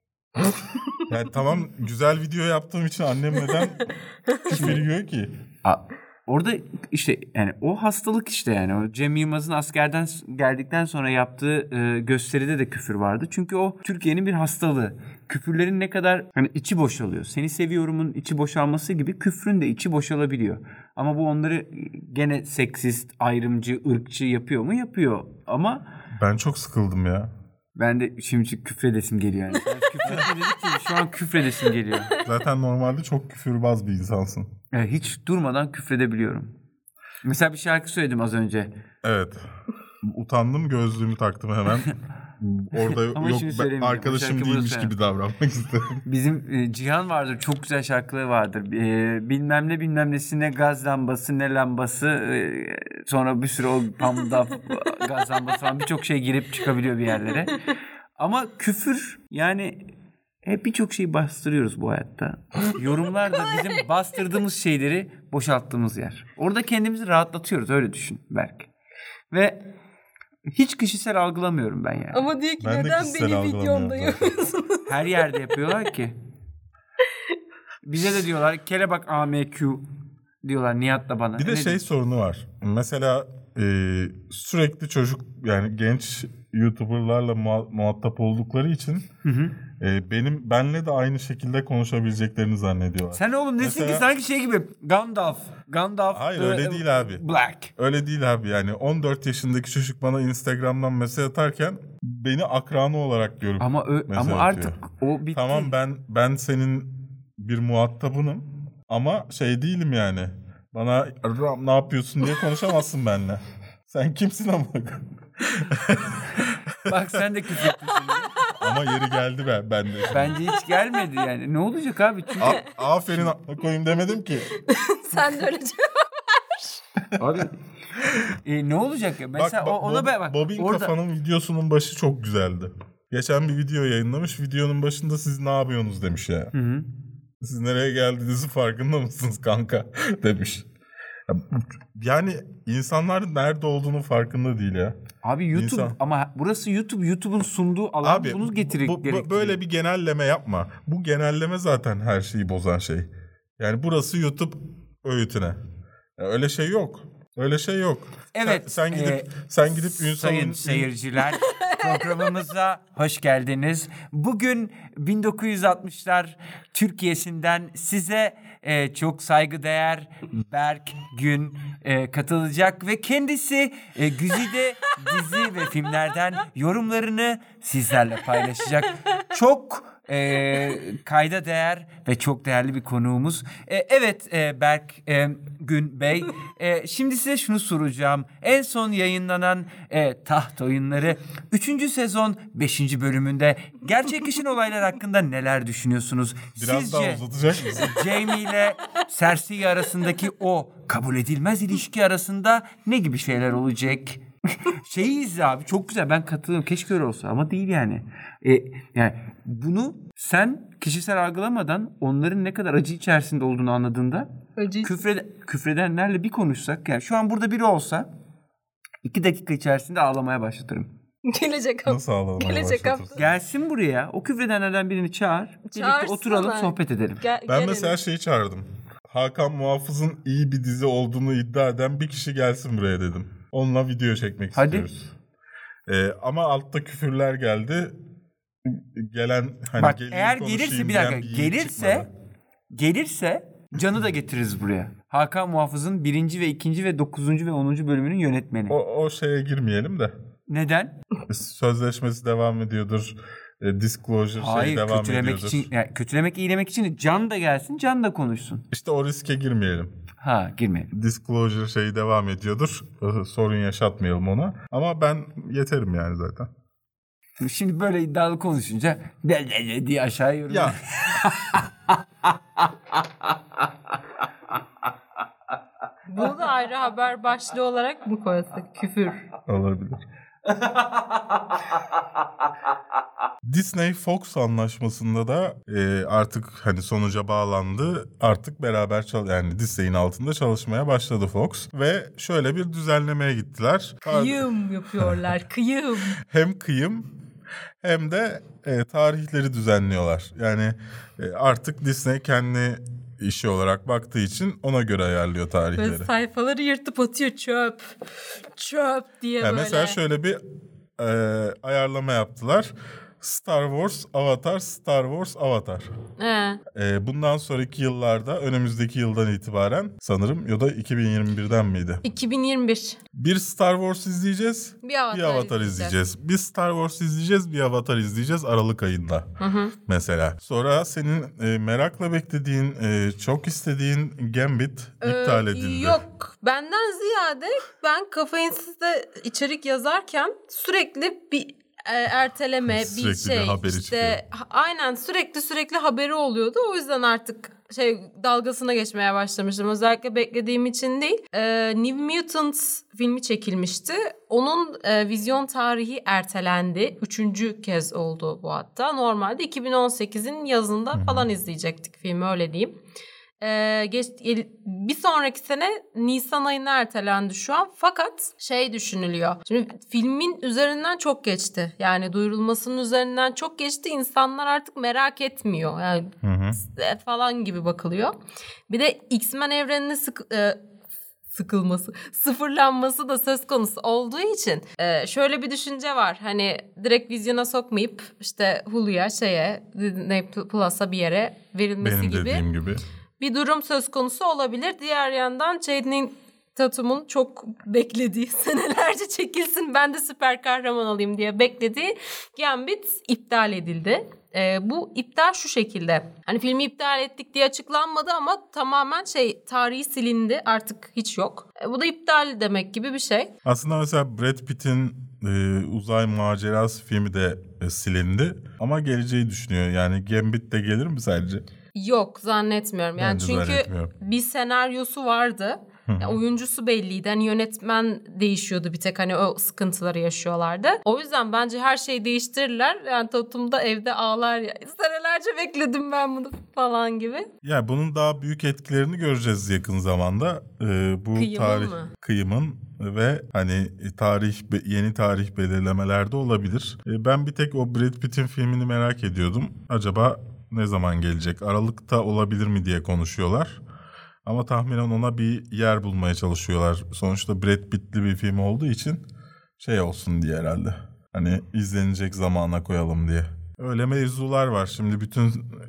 Yani tamam, güzel video yaptığım için annem neden küfür yiyor ki? Orada işte yani o hastalık işte yani. O Cem Yılmaz'ın askerden geldikten sonra yaptığı gösteride de küfür vardı. Çünkü o Türkiye'nin bir hastalığı. Küfürlerin ne kadar hani içi boşalıyor. Seni seviyorumun içi boşalması gibi küfrün de içi boşalabiliyor. Ama bu onları gene seksist, ayrımcı, ırkçı yapıyor mu? Yapıyor. Ama ben çok sıkıldım ya. Ben de şimdi küfredesim geliyor yani. Küfrededik ki şu an küfredesim geliyor. Zaten normalde çok küfürbaz bir insansın. Evet, hiç durmadan küfredebiliyorum. Mesela bir şarkı söyledim az önce. Evet. Utandım, gözlüğümü taktım hemen. Orada yok arkadaşım değilmiş gibi davranmak istedim. Bizim Cihan vardır, çok güzel şarkıları vardır. Bilmem ne bilmem nesine gaz lambası, ne lambası, sonra bir sürü o pamda gaz lambası falan birçok şey girip çıkabiliyor bir yerlere. Ama küfür yani hep birçok şeyi bastırıyoruz bu hayatta. Yorumlar da bizim bastırdığımız şeyleri boşalttığımız yer. Orada kendimizi rahatlatıyoruz, öyle düşün belki. Ve hiç kişisel algılamıyorum ben yani. Ama diyor ki Ben de neden kişisel benim algılamıyorum videomda zaten. yapıyorsunuz? Her yerde yapıyorlar ki. Bize de diyorlar kelebek AMQ diyorlar Nihat da bana. Bir de Ne şey diyeyim? sorunu var. Mesela sürekli çocuk yani genç YouTuber'larla muhatap oldukları için benle de aynı şekilde konuşabileceklerini zannediyorlar. Sen oğlum nesin Mesela- ki sanki şey gibi Gandalf. Hayır, öyle değil abi. Black. Öyle değil abi, yani 14 yaşındaki çocuk bana Instagram'dan mesaj atarken beni akranı olarak görüp Ama mesaj ama atıyor. artık o bitti. Tamam, ben senin bir muhatabınım ama şey değilim yani. Bana "Ram, ne yapıyorsun" diye konuşamazsın benimle. Sen kimsin ama? Bak sen de küfür ettin şimdi. Ama yeri geldi ben de. Bence hiç gelmedi yani. Ne olacak abi? Çünkü Aferin koyayım demedim ki. Sen de öyle abi ne olacak ya? Mesela ona bak. Bob'in Orada Kafa'nın videosunun başı çok güzeldi. Geçen bir video yayınlamış. Videonun başında "Siz ne yapıyorsunuz?" demiş ya. Hı. "Siz nereye geldiğinizi farkında mısınız kanka?" demiş. Yani insanlar nerede olduğunu farkında değil ya. Abi YouTube İnsan- ama burası YouTube'un sunduğu alan Abi bunu gerektiriyor. böyle bir genelleme yapma. Bu genelleme zaten her şeyi bozan şey. Yani burası YouTube öğütüne. Ya öyle şey yok. Öyle şey yok. Evet, Sen gidip Ünsal'ın Sayın seyirciler programımıza hoş geldiniz. Bugün 1960'lar Türkiye'sinden size çok saygıdeğer Berk Gün katılacak ve kendisi güzide dizi ve filmlerden yorumlarını sizlerle paylaşacak. Çok kayda değer ve çok değerli bir konuğumuz. Evet Berk Gün Bey, şimdi size şunu soracağım. En son yayınlanan Taht Oyunları 3. sezon 5. bölümünde gerçekleşen olaylar hakkında neler düşünüyorsunuz? biraz daha uzatacak mısın? Jamie ile Cersei arasındaki o kabul edilmez ilişki arasında ne gibi şeyler olacak? Şeyi izle abi, çok güzel, ben katılıyorum, keşke öyle olsa ama değil yani. Yani bunu sen kişisel algılamadan onların ne kadar acı içerisinde olduğunu anladığında küfredenlerle bir konuşsak, yani şu an burada biri olsa 2 dakika içerisinde ağlamaya başlatırım. Gelecek hafta. Nasıl ağlamaya Gelecek başlatırsın? Gelsin buraya, o küfredenlerden birini çağır, birlikte Çağırsınlar. oturalım, sohbet edelim. Ben mesela şeyi çağırdım. Hakan Muhafız'ın iyi bir dizi olduğunu iddia eden bir kişi gelsin buraya dedim. Onunla video çekmek Hadi. istiyoruz. Ama altta küfürler geldi. Gelen hani Bak gelin eğer konuşayım gelirse, bir diyen dakika, yiğit çıkmadı. gelirse Can'ı da getiririz buraya. Hakan Muhafız'ın 1. ve 2. ve 9. ve 10. bölümünün yönetmeni. O şeye girmeyelim de. Neden? Sözleşmesi devam ediyordur. Disclosure Hayır, devam kötülemek ediyordur. için, yani kötülemek, iyilemek için Can da gelsin, Can da konuşsun. İşte o riske girmeyelim. Ha, girmeyelim. Disclosure devam ediyordur. Sorun yaşatmayalım ona. Ama ben yeterim yani zaten. Şimdi böyle iddialı konuşunca diye aşağı yorum. Ya Bunu da ayrı haber başlığı olarak mı koysak? Küfür. olabilir. Disney Fox anlaşmasında da artık hani sonuca bağlandı. Artık beraber yani Disney'in altında çalışmaya başladı Fox ve şöyle bir düzenlemeye gittiler. Kıyım yapıyorlar. Kıyım. Hem kıyım hem de tarihleri düzenliyorlar. Yani artık Disney kendi işi olarak baktığı için ona göre ayarlıyor tarihleri. Böyle sayfaları yırtıp atıyor, çöp. Çöp diye Yani böyle. mesela şöyle bir ayarlama yaptılar. Star Wars, Avatar, Star Wars, Avatar. Bundan sonraki yıllarda, önümüzdeki yıldan itibaren sanırım ya da 2021'den miydi? 2021. Bir Star Wars izleyeceğiz, Bir Avatar izleyeceğiz. Bir Star Wars izleyeceğiz, bir Avatar izleyeceğiz Aralık ayında. Mesela. Sonra senin merakla beklediğin, çok istediğin Gambit iptal edildi. Yok. Benden ziyade ben Kafeinsiz'de içerik yazarken sürekli bir erteleme, bir Sürekli şey. bir haberi işte aynen sürekli haberi oluyordu. O yüzden artık dalgasına geçmeye başlamıştım. Özellikle beklediğim için değil. New Mutants filmi çekilmişti. Onun vizyon tarihi ertelendi. 3. kez oldu bu hatta. Normalde 2018'in yazında falan izleyecektik filmi, öyle diyeyim. bir sonraki sene Nisan ayına ertelendi şu an. Fakat düşünülüyor. Şimdi filmin üzerinden çok geçti. Yani duyurulmasının üzerinden çok geçti. İnsanlar artık merak etmiyor. Yani falan gibi bakılıyor. Bir de X-Men evreninin sıfırlanması da söz konusu olduğu için şöyle bir düşünce var. Hani direkt vizyona sokmayıp işte Hulu'ya Disney Plus'a bir yere verilmesi Benim gibi. dediğim gibi. Bir durum söz konusu olabilir. Diğer yandan Channing Tatum'un çok beklediği, senelerce çekilsin ben de süper kahraman olayım diye beklediği Gambit iptal edildi. Bu iptal şu şekilde. Hani filmi iptal ettik diye açıklanmadı ama tamamen tarihi silindi. Artık hiç yok. Bu da iptal demek gibi bir şey. Aslında mesela Brad Pitt'in uzay macerası filmi de silindi. Ama geleceği düşünüyor. Yani Gambit de gelir mi sence? Yok, zannetmiyorum. Yani Bence çünkü zannetmiyorum. bir senaryosu vardı. Yani oyuncusu belliydi. Hani yönetmen değişiyordu bir tek. Hani o sıkıntıları yaşıyorlardı. O yüzden bence her şeyi değiştirirler. Yani Tatum da evde ağlar ya. Senelerce bekledim ben bunu falan gibi. Ya bunun daha büyük etkilerini göreceğiz yakın zamanda. Bu kıyımın ve hani yeni tarih belirlemelerde olabilir. Ben bir tek o Brad Pitt'in filmini merak ediyordum. Acaba ne zaman gelecek? Aralıkta olabilir mi diye konuşuyorlar. Ama tahminen ona bir yer bulmaya çalışıyorlar. Sonuçta Brad Pitt'li bir film olduğu için olsun diye herhalde. Hani izlenecek zamana koyalım diye. Öyle mevzular var. Şimdi bütün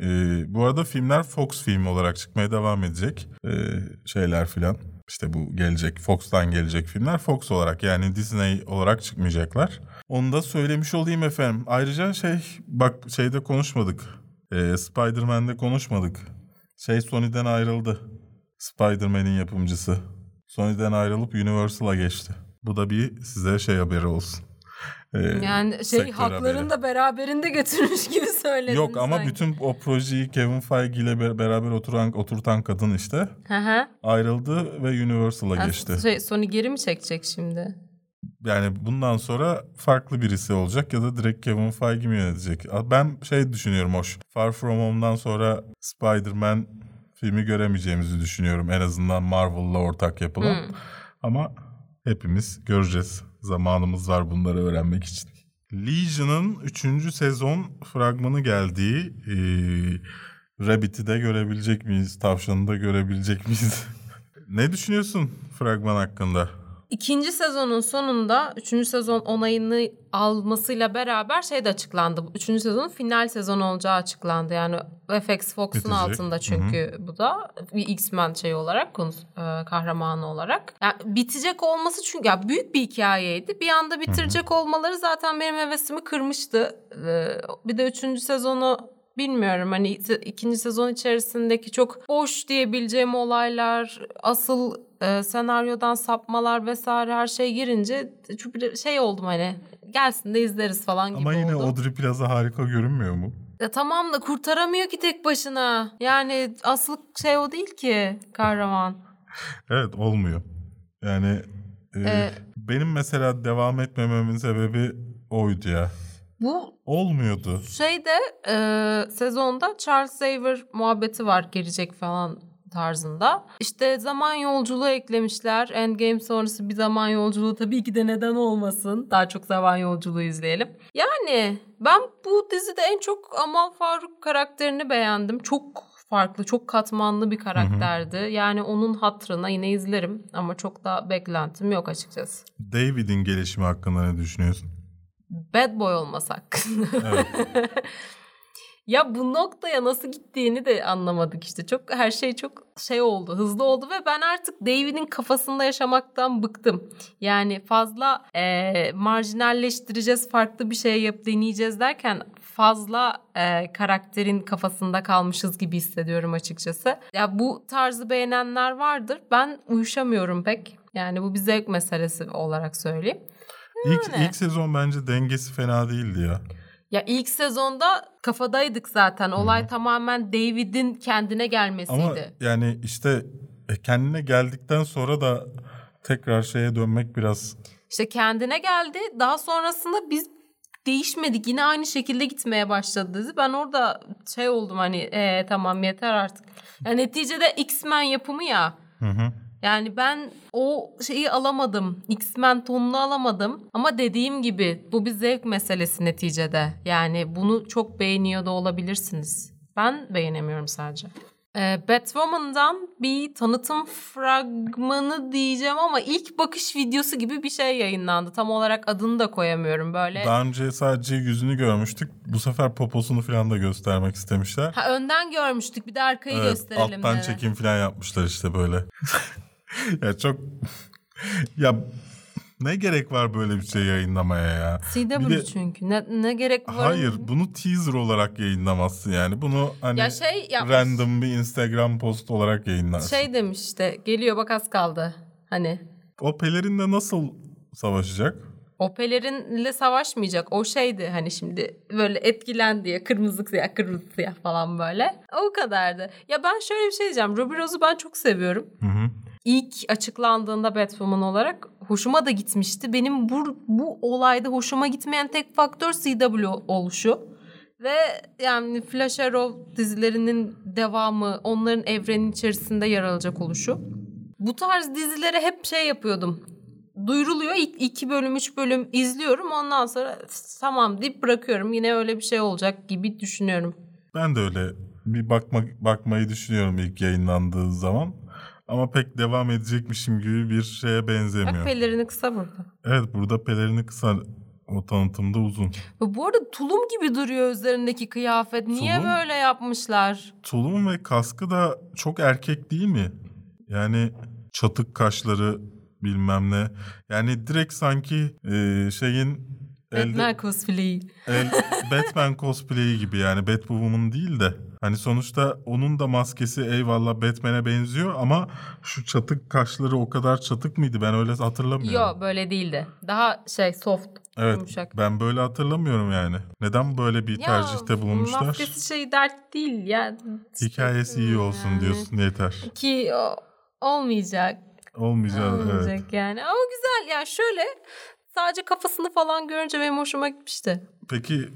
bu arada filmler Fox film olarak çıkmaya devam edecek. Şeyler filan. İşte bu gelecek Fox'tan gelecek filmler Fox olarak yani Disney olarak çıkmayacaklar. Onu da söylemiş olayım efendim. Ayrıca şeyde konuşmadık. Spider-Man'de konuşmadık. Sony'den ayrıldı. Spider-Man'in yapımcısı. Sony'den ayrılıp Universal'a geçti. Bu da bir size haberi olsun. Yani haklarını haberi da beraberinde götürmüş gibi söyledin. Yok ama sanki. Bütün o projeyi Kevin Feige ile beraber oturtan kadın işte. Ayrıldı ve Universal'a geçti. Sony geri mi çekecek şimdi? Yani bundan sonra farklı birisi olacak ya da direkt Kevin Feige mi yönetecek? Ben düşünüyorum Far From Home'dan sonra Spider-Man filmi göremeyeceğimizi düşünüyorum. En azından Marvel'la ortak yapılan. Ama hepimiz göreceğiz. Zamanımız var bunları öğrenmek için. Legion'ın 3. sezon fragmanı geldiği Rabbit'i de görebilecek miyiz? Tavşan'ı da görebilecek miyiz? Ne düşünüyorsun fragman hakkında? 2. sezonun sonunda 3. sezon onayını almasıyla beraber de açıklandı. 3. sezonun final sezonu olacağı açıklandı. Yani FX Fox'un bitecek. Altında çünkü bu da bir X-Men olarak kahramanı olarak. Yani bitecek olması çünkü büyük bir hikayeydi. Bir anda bitirecek olmaları zaten benim hevesimi kırmıştı. Bir de 3. sezonu bilmiyorum hani 2. sezon içerisindeki çok boş diyebileceğim olaylar, asıl senaryodan sapmalar vesaire her şey girince çok oldum hani gelsin de izleriz falan gibi oldu. Ama yine Aubrey Plaza harika görünmüyor mu? Tamam da kurtaramıyor ki tek başına. Yani asıl o değil ki kahraman. Evet olmuyor. Yani benim mesela devam etmememin sebebi oydu ya. Bu olmuyordu. Sezonda Charles Xavier muhabbeti var gelecek falan tarzında. İşte zaman yolculuğu eklemişler. Endgame sonrası bir zaman yolculuğu tabii ki de neden olmasın. Daha çok zaman yolculuğu izleyelim. Yani ben bu dizide en çok Amal Faruk karakterini beğendim. Çok farklı, çok katmanlı bir karakterdi. Yani onun hatırına yine izlerim ama çok da beklentim yok açıkçası. David'in gelişimi hakkında ne düşünüyorsun? Bad boy olmasak. Evet. Ya bu noktaya nasıl gittiğini de anlamadık işte. Her şey çok oldu, hızlı oldu ve ben artık David'in kafasında yaşamaktan bıktım. Yani fazla marjinalleştireceğiz, farklı bir şey deneyeceğiz derken fazla karakterin kafasında kalmışız gibi hissediyorum açıkçası. Ya bu tarzı beğenenler vardır. Ben uyuşamıyorum pek. Yani bu bir zevk meselesi olarak söyleyeyim. İlk sezon bence dengesi fena değildi ya. Ya ilk sezonda kafadaydık zaten. Olay tamamen David'in kendine gelmesiydi. Ama yani işte kendine geldikten sonra da tekrar dönmek biraz... İşte kendine geldi. Daha sonrasında biz değişmedik. Yine aynı şekilde gitmeye başladı dizi. Ben orada şey oldum hani tamam yeter artık. Yani neticede X-Men yapımı ya. Yani ben o şeyi alamadım. X-Men tonunu alamadım. Ama dediğim gibi bu bir zevk meselesi neticede. Yani bunu çok beğeniyor da olabilirsiniz. Ben beğenemiyorum sadece. Batwoman'dan bir tanıtım fragmanı diyeceğim ama ilk bakış videosu gibi bir şey yayınlandı. Tam olarak adını da koyamıyorum böyle. Daha önce sadece yüzünü görmüştük. Bu sefer poposunu falan da göstermek istemişler. Ha, önden görmüştük, bir de arkayı gösterelim alttan dedi. çekim falan yapmışlar işte böyle. Ya çok... Ya ne gerek var böyle bir şey yayınlamaya ya? CW Bir de- çünkü. Ne gerek var? Hayır, bunu teaser olarak yayınlamazsın yani. Bunu hani Ya şey yapmış. random bir Instagram post olarak yayınlarsın. Şey demiş işte, geliyor bak az kaldı. Hani O pelerinle nasıl savaşacak? o pelerinle savaşmayacak. O şeydi hani şimdi böyle etkilendi ya, kırmızı siyah falan böyle. O kadardı. Ya ben şöyle bir şey diyeceğim. Ruby Rose'u ben çok seviyorum. İlk açıklandığında Batwoman olarak hoşuma da gitmişti. Benim bu olayda hoşuma gitmeyen tek faktör CW oluşu. Ve yani Flash Arrow dizilerinin devamı, onların evrenin içerisinde yer alacak oluşu. Bu tarz dizilere hep şey yapıyordum. Duyuruluyor, ilk 2 bölüm 3 bölüm izliyorum, ondan sonra tamam deyip bırakıyorum. Yine öyle bir şey olacak gibi düşünüyorum. Ben de öyle bir bakmayı düşünüyorum ilk yayınlandığı zaman. Ama pek devam edecekmişim gibi bir şeye benzemiyor. Bak pelerini kısa burada. Evet, burada pelerini kısa, o tanıtımda uzun. Bu arada tulum gibi duruyor üzerindeki kıyafet. Niye Tulum? böyle yapmışlar? Tulum ve kaskı da çok erkek değil mi? Yani çatık kaşları bilmem ne. Yani direkt sanki şeyin Batman cosplay'i. Batman cosplay'i gibi yani, Batwoman değil de. Hani sonuçta onun da maskesi eyvallah Batman'e benziyor ama şu çatık kaşları o kadar çatık mıydı? Ben öyle hatırlamıyorum. Yok böyle değildi. Daha soft, Evet, yumuşak. ben böyle hatırlamıyorum yani. Neden böyle bir tercihte bulunmuşlar? Maskesi dert değil ya. Hikayesi iyi olsun Yani. diyorsun, yeter. Ki Olmayacak, evet. yani. Ama güzel ya, şöyle sadece kafasını falan görünce benim hoşuma gitmişti. Peki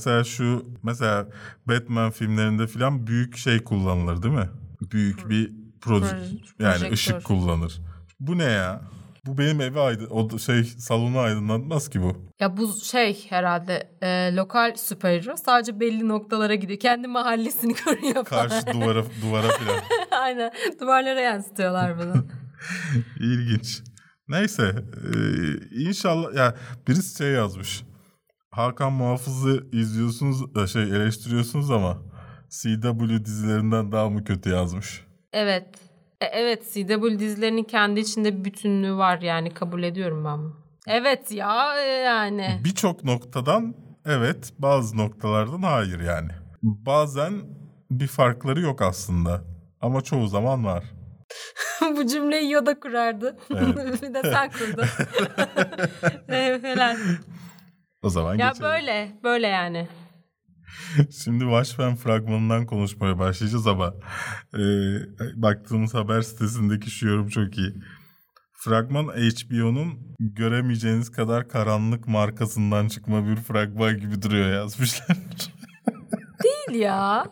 mesela Batman filmlerinde falan büyük şey kullanılır değil mi? Büyük bir yani projektör. ışık kullanır. Bu ne ya? Bu benim evi salonu aydınlatmaz ki bu. Ya bu herhalde lokal süper, sadece belli noktalara gidiyor. Kendi mahallesini görüyor falan. Karşı duvara falan. Aynen, duvarlara yansıtıyorlar bunu. İlginç. Neyse, inşallah ya birisi yazmış. Hakan Muhafız'ı izliyorsunuz, eleştiriyorsunuz ama CW dizilerinden daha mı kötü yazmış? Evet. Evet, CW dizilerinin kendi içinde bir bütünlüğü var yani, kabul ediyorum ben bunu. Evet ya yani. Birçok noktadan evet, bazı noktalardan hayır yani. Bazen bir farkları yok aslında ama çoğu zaman var. Bu cümleyi Yoda kurardı. Evet. Bir de sen kurdun. Helal. O zaman Ya geçelim. böyle yani. Şimdi Watchmen fragmanından konuşmaya başlayacağız ama baktığımız haber sitesindeki şu yorum çok iyi. Fragman HBO'nun göremeyeceğiniz kadar karanlık markasından çıkma bir fragman gibi duruyor yazmışlar. Değil ya.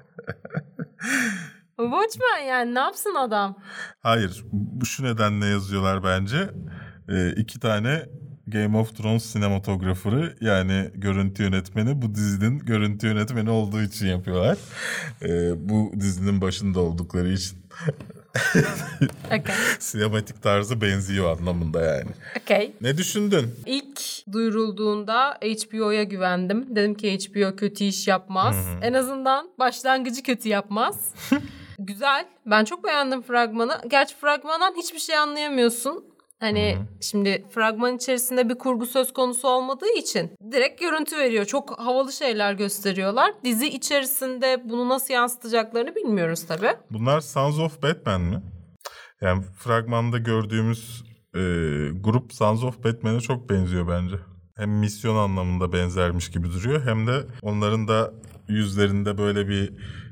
Watchmen yani, ne yapsın adam? Hayır, şu nedenle yazıyorlar bence. 2 tane Game of Thrones sinematograferi, yani görüntü yönetmeni, bu dizinin görüntü yönetmeni olduğu için yapıyorlar. Bu dizinin başında oldukları için. Okay. Sinematik tarzı benziyor anlamında yani. Okay. Ne düşündün? İlk duyurulduğunda HBO'ya güvendim. Dedim ki HBO kötü iş yapmaz. Hı-hı. En azından başlangıcı kötü yapmaz. Güzel. Ben çok beğendim fragmanı. Gerçi fragmandan hiçbir şey anlayamıyorsun. Hani şimdi fragman içerisinde bir kurgu söz konusu olmadığı için direkt görüntü veriyor. Çok havalı şeyler gösteriyorlar. Dizi içerisinde bunu nasıl yansıtacaklarını bilmiyoruz tabii. Bunlar Sons of Batman mi? Yani fragmanda gördüğümüz grup Sons of Batman'e çok benziyor bence. Hem misyon anlamında benzermiş gibi duruyor, hem de onların da yüzlerinde böyle bir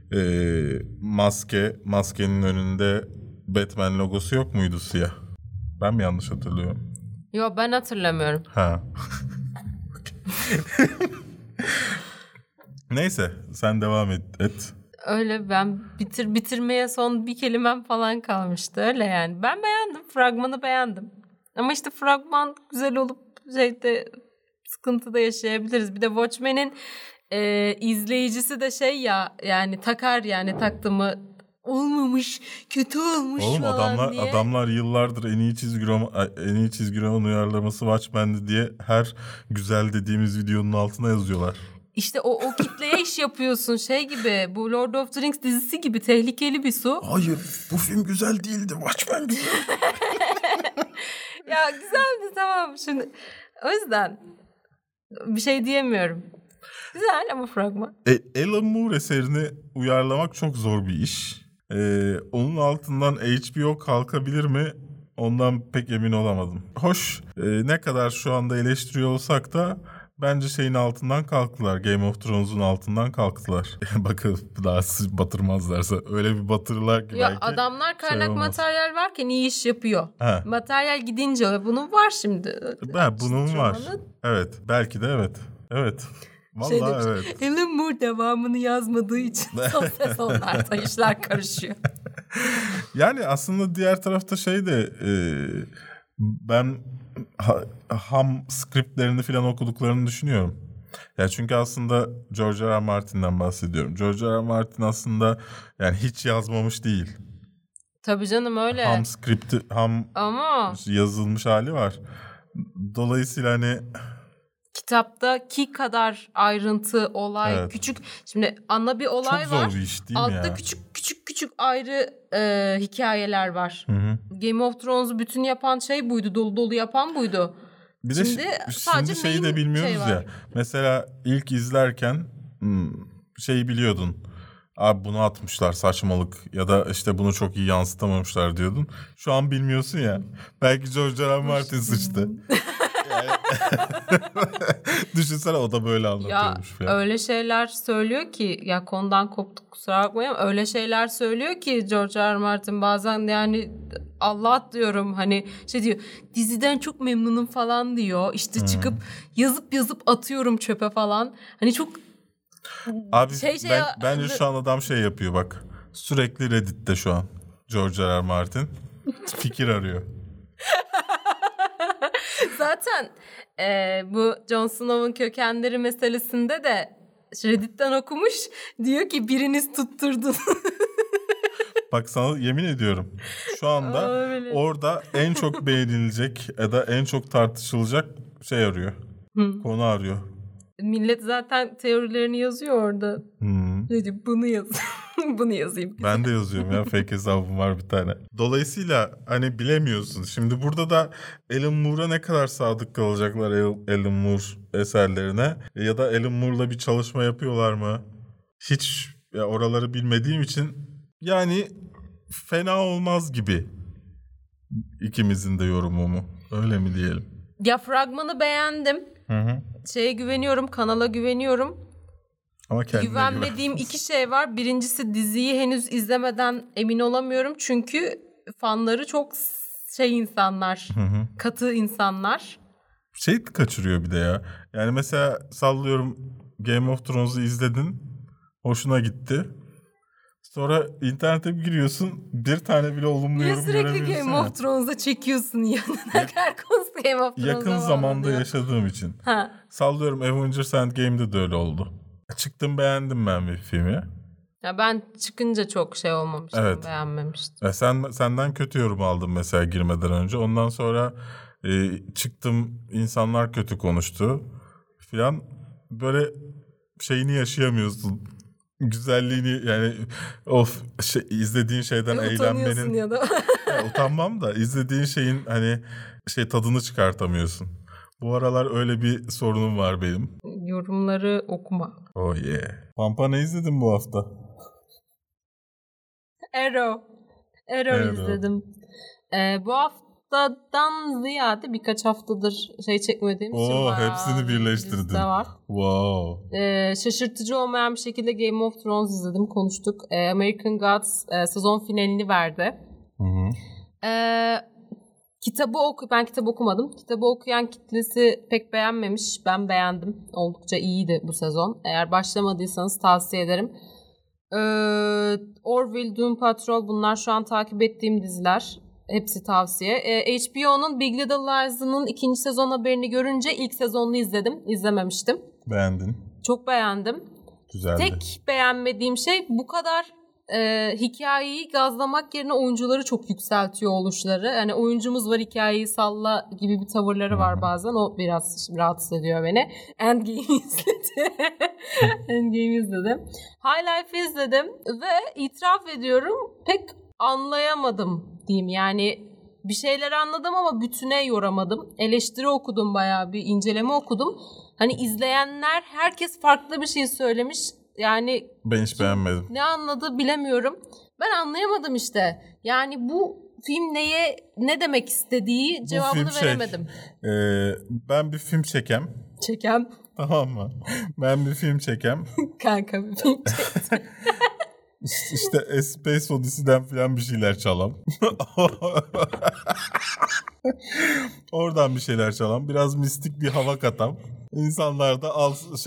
maskenin önünde Batman logosu yok muydu, siyah? Ben mi yanlış hatırlıyorum? Yok, ben hatırlamıyorum. Ha. Neyse sen devam et. Öyle ben bitirmeye son bir kelimem falan kalmıştı. Öyle yani. Ben beğendim. Fragmanı beğendim. Ama işte fragman güzel olup sıkıntı da yaşayabiliriz. Bir de Watchmen'in izleyicisi de yani takar yani taktığımı olmamış, kötü olmuş oğlum, falan diye. adamlar yıllardır en iyi çizgi roman uyarlaması Watchmen'di diye her güzel dediğimiz videonun altına yazıyorlar. İşte o kitleye iş yapıyorsun gibi. Bu Lord of the Rings dizisi gibi tehlikeli bir su. Hayır, bu film güzel değildi. Watchmen güzel. Ya güzeldi, tamam. Şimdi o yüzden bir şey diyemiyorum. Güzel ama fragman. Alan Moore eserini uyarlamak çok zor bir iş. Onun altından HBO kalkabilir mi? Ondan pek emin olamadım. Hoş, ne kadar şu anda eleştiriyor olsak da bence şeyin altından kalktılar. Game of Thrones'un altından kalktılar. Bakın daha batırmazlarsa öyle bir batırırlar ki ya belki. Adamlar kaynak materyal varken iyi iş yapıyor. He. Materyal gidince bunun var şimdi. Bunun var. Evet. Belki de evet. Evet. Vallahi evet. Alan Moore devamını yazmadığı için son sezonlarda işler karışıyor. Yani aslında diğer tarafta ben ham skriptlerini falan okuduklarını düşünüyorum. Ya çünkü aslında George R. R. Martin'den bahsediyorum. George R. R. Martin aslında yani hiç yazmamış değil. Tabii canım öyle. Ama yazılmış hali var. Dolayısıyla hani kitaptaki kadar ayrıntı, olay, küçük. Şimdi ana bir olay çok var. Çok zor bir iş değil mi ya? Altta küçük ayrı hikayeler var. Hı. Game of Thrones'u bütün yapan buydu. Dolu yapan buydu. Bir de şimdi şeyi de bilmiyoruz ya. Mesela ilk izlerken biliyordun. Abi bunu atmışlar, saçmalık, ya da işte bunu çok iyi yansıtamamışlar diyordun. Şu an bilmiyorsun ya. Belki George R. R. Martin sıçtı. Düşünsene, o da böyle anlatıyormuş ya falan. Öyle şeyler söylüyor ki, ya konudan koptuk kusura bakmayın, öyle şeyler söylüyor ki George R. R. Martin bazen, yani Allah diyorum, hani diyor, diziden çok memnunum falan diyor. İşte çıkıp yazıp atıyorum çöpe falan. Hani çok abi bence şu an adam yapıyor bak. Sürekli Reddit'te şu an George R. R. Martin fikir arıyor. Zaten bu Jon Snow'un kökenleri meselesinde de Reddit'ten okumuş. Diyor ki biriniz tutturdun. Bak sana yemin ediyorum. Şu anda orada en çok beğenilecek ya da en çok tartışılacak arıyor. Konu arıyor. Millet zaten teorilerini yazıyor orada. Bunu yaz. Bunu yazayım. Ben de yazıyorum ya. Fake hesabım var bir tane. Dolayısıyla hani bilemiyorsun. Şimdi burada da Alan Moore'a ne kadar sadık kalacaklar Alan Moore eserlerine? Ya da Alan Moore'la bir çalışma yapıyorlar mı? Hiç oraları bilmediğim için yani fena olmaz gibi. İkimizin de yorumu mu? Öyle mi diyelim? Ya fragmanı beğendim. Hı. Güveniyorum, kanala güveniyorum. Ama güvenmediğim iki şey var. Birincisi, diziyi henüz izlemeden emin olamıyorum. Çünkü fanları çok insanlar. Katı insanlar. Kaçırıyor bir de ya. Yani mesela sallıyorum, Game of Thrones'u izledin. Hoşuna gitti. Sonra internete bir giriyorsun, bir tane bile olumlu yorum göremiyorsun. Niye sürekli Game of Thrones'a çekiyorsun ya? Ne kadar konusu Game of Thrones'a yakın zamanda yaşadığım için. Sallıyorum, Avengers Endgame'de de öyle oldu. Çıktım, beğendim ben bir filmi. Ya ben çıkınca çok olmamıştım, beğenmemiştim. Senden kötü yorum aldım mesela girmeden önce. Ondan sonra çıktım, insanlar kötü konuştu falan. Böyle yaşayamıyorsun. Güzelliğini, yani izlediğin şeyden eğlenmenin. Ya da. Utanmam da, izlediğin şeyin hani tadını çıkartamıyorsun. Bu aralar öyle bir sorunum var benim. Yorumları okuma. Oh yeah. Pampa, ne izledin bu hafta? Arrow izledim. Bu haftadan ziyade birkaç haftadır çekmediğim için hepsini birleştirdin. Var. Wow. Şaşırtıcı olmayan bir şekilde Game of Thrones izledim, konuştuk. American Gods sezon finalini verdi. Ben kitabı okumadım. Kitabı okuyan kitlesi pek beğenmemiş. Ben beğendim. Oldukça iyiydi bu sezon. Eğer başlamadıysanız tavsiye ederim. Orville, Doom Patrol, bunlar şu an takip ettiğim diziler. Hepsi tavsiye. HBO'nun Big Little Lies'ının 2. sezon haberini görünce ilk sezonunu izledim. İzlememiştim. Beğendin. Çok beğendim. Güzeldi. Tek beğenmediğim şey bu kadar hikayeyi gazlamak yerine oyuncuları çok yükseltiyor oluşları. Yani oyuncumuz var, hikayeyi salla gibi bir tavırları var bazen. O biraz rahatsız ediyor beni. Endgame'i izledim. High Life izledim ve itiraf ediyorum pek anlayamadım diyeyim. Yani bir şeyler anladım ama bütüne yoramadım. Eleştiri okudum, bayağı bir inceleme okudum. Hani izleyenler herkes farklı bir şey söylemiş. Yani ben hiç beğenmedim. Ne anladı bilemiyorum. Ben anlayamadım işte. Yani bu film ne demek istediği cevabını veremedim. Ben bir film çekem. Çekem. Tamam mı? Ben bir film çekem. Kanka bir film çektim. İşte Space Odyssey'den falan bir şeyler çalam. Oradan bir şeyler çalam. Biraz mistik bir hava katam. İnsanlar da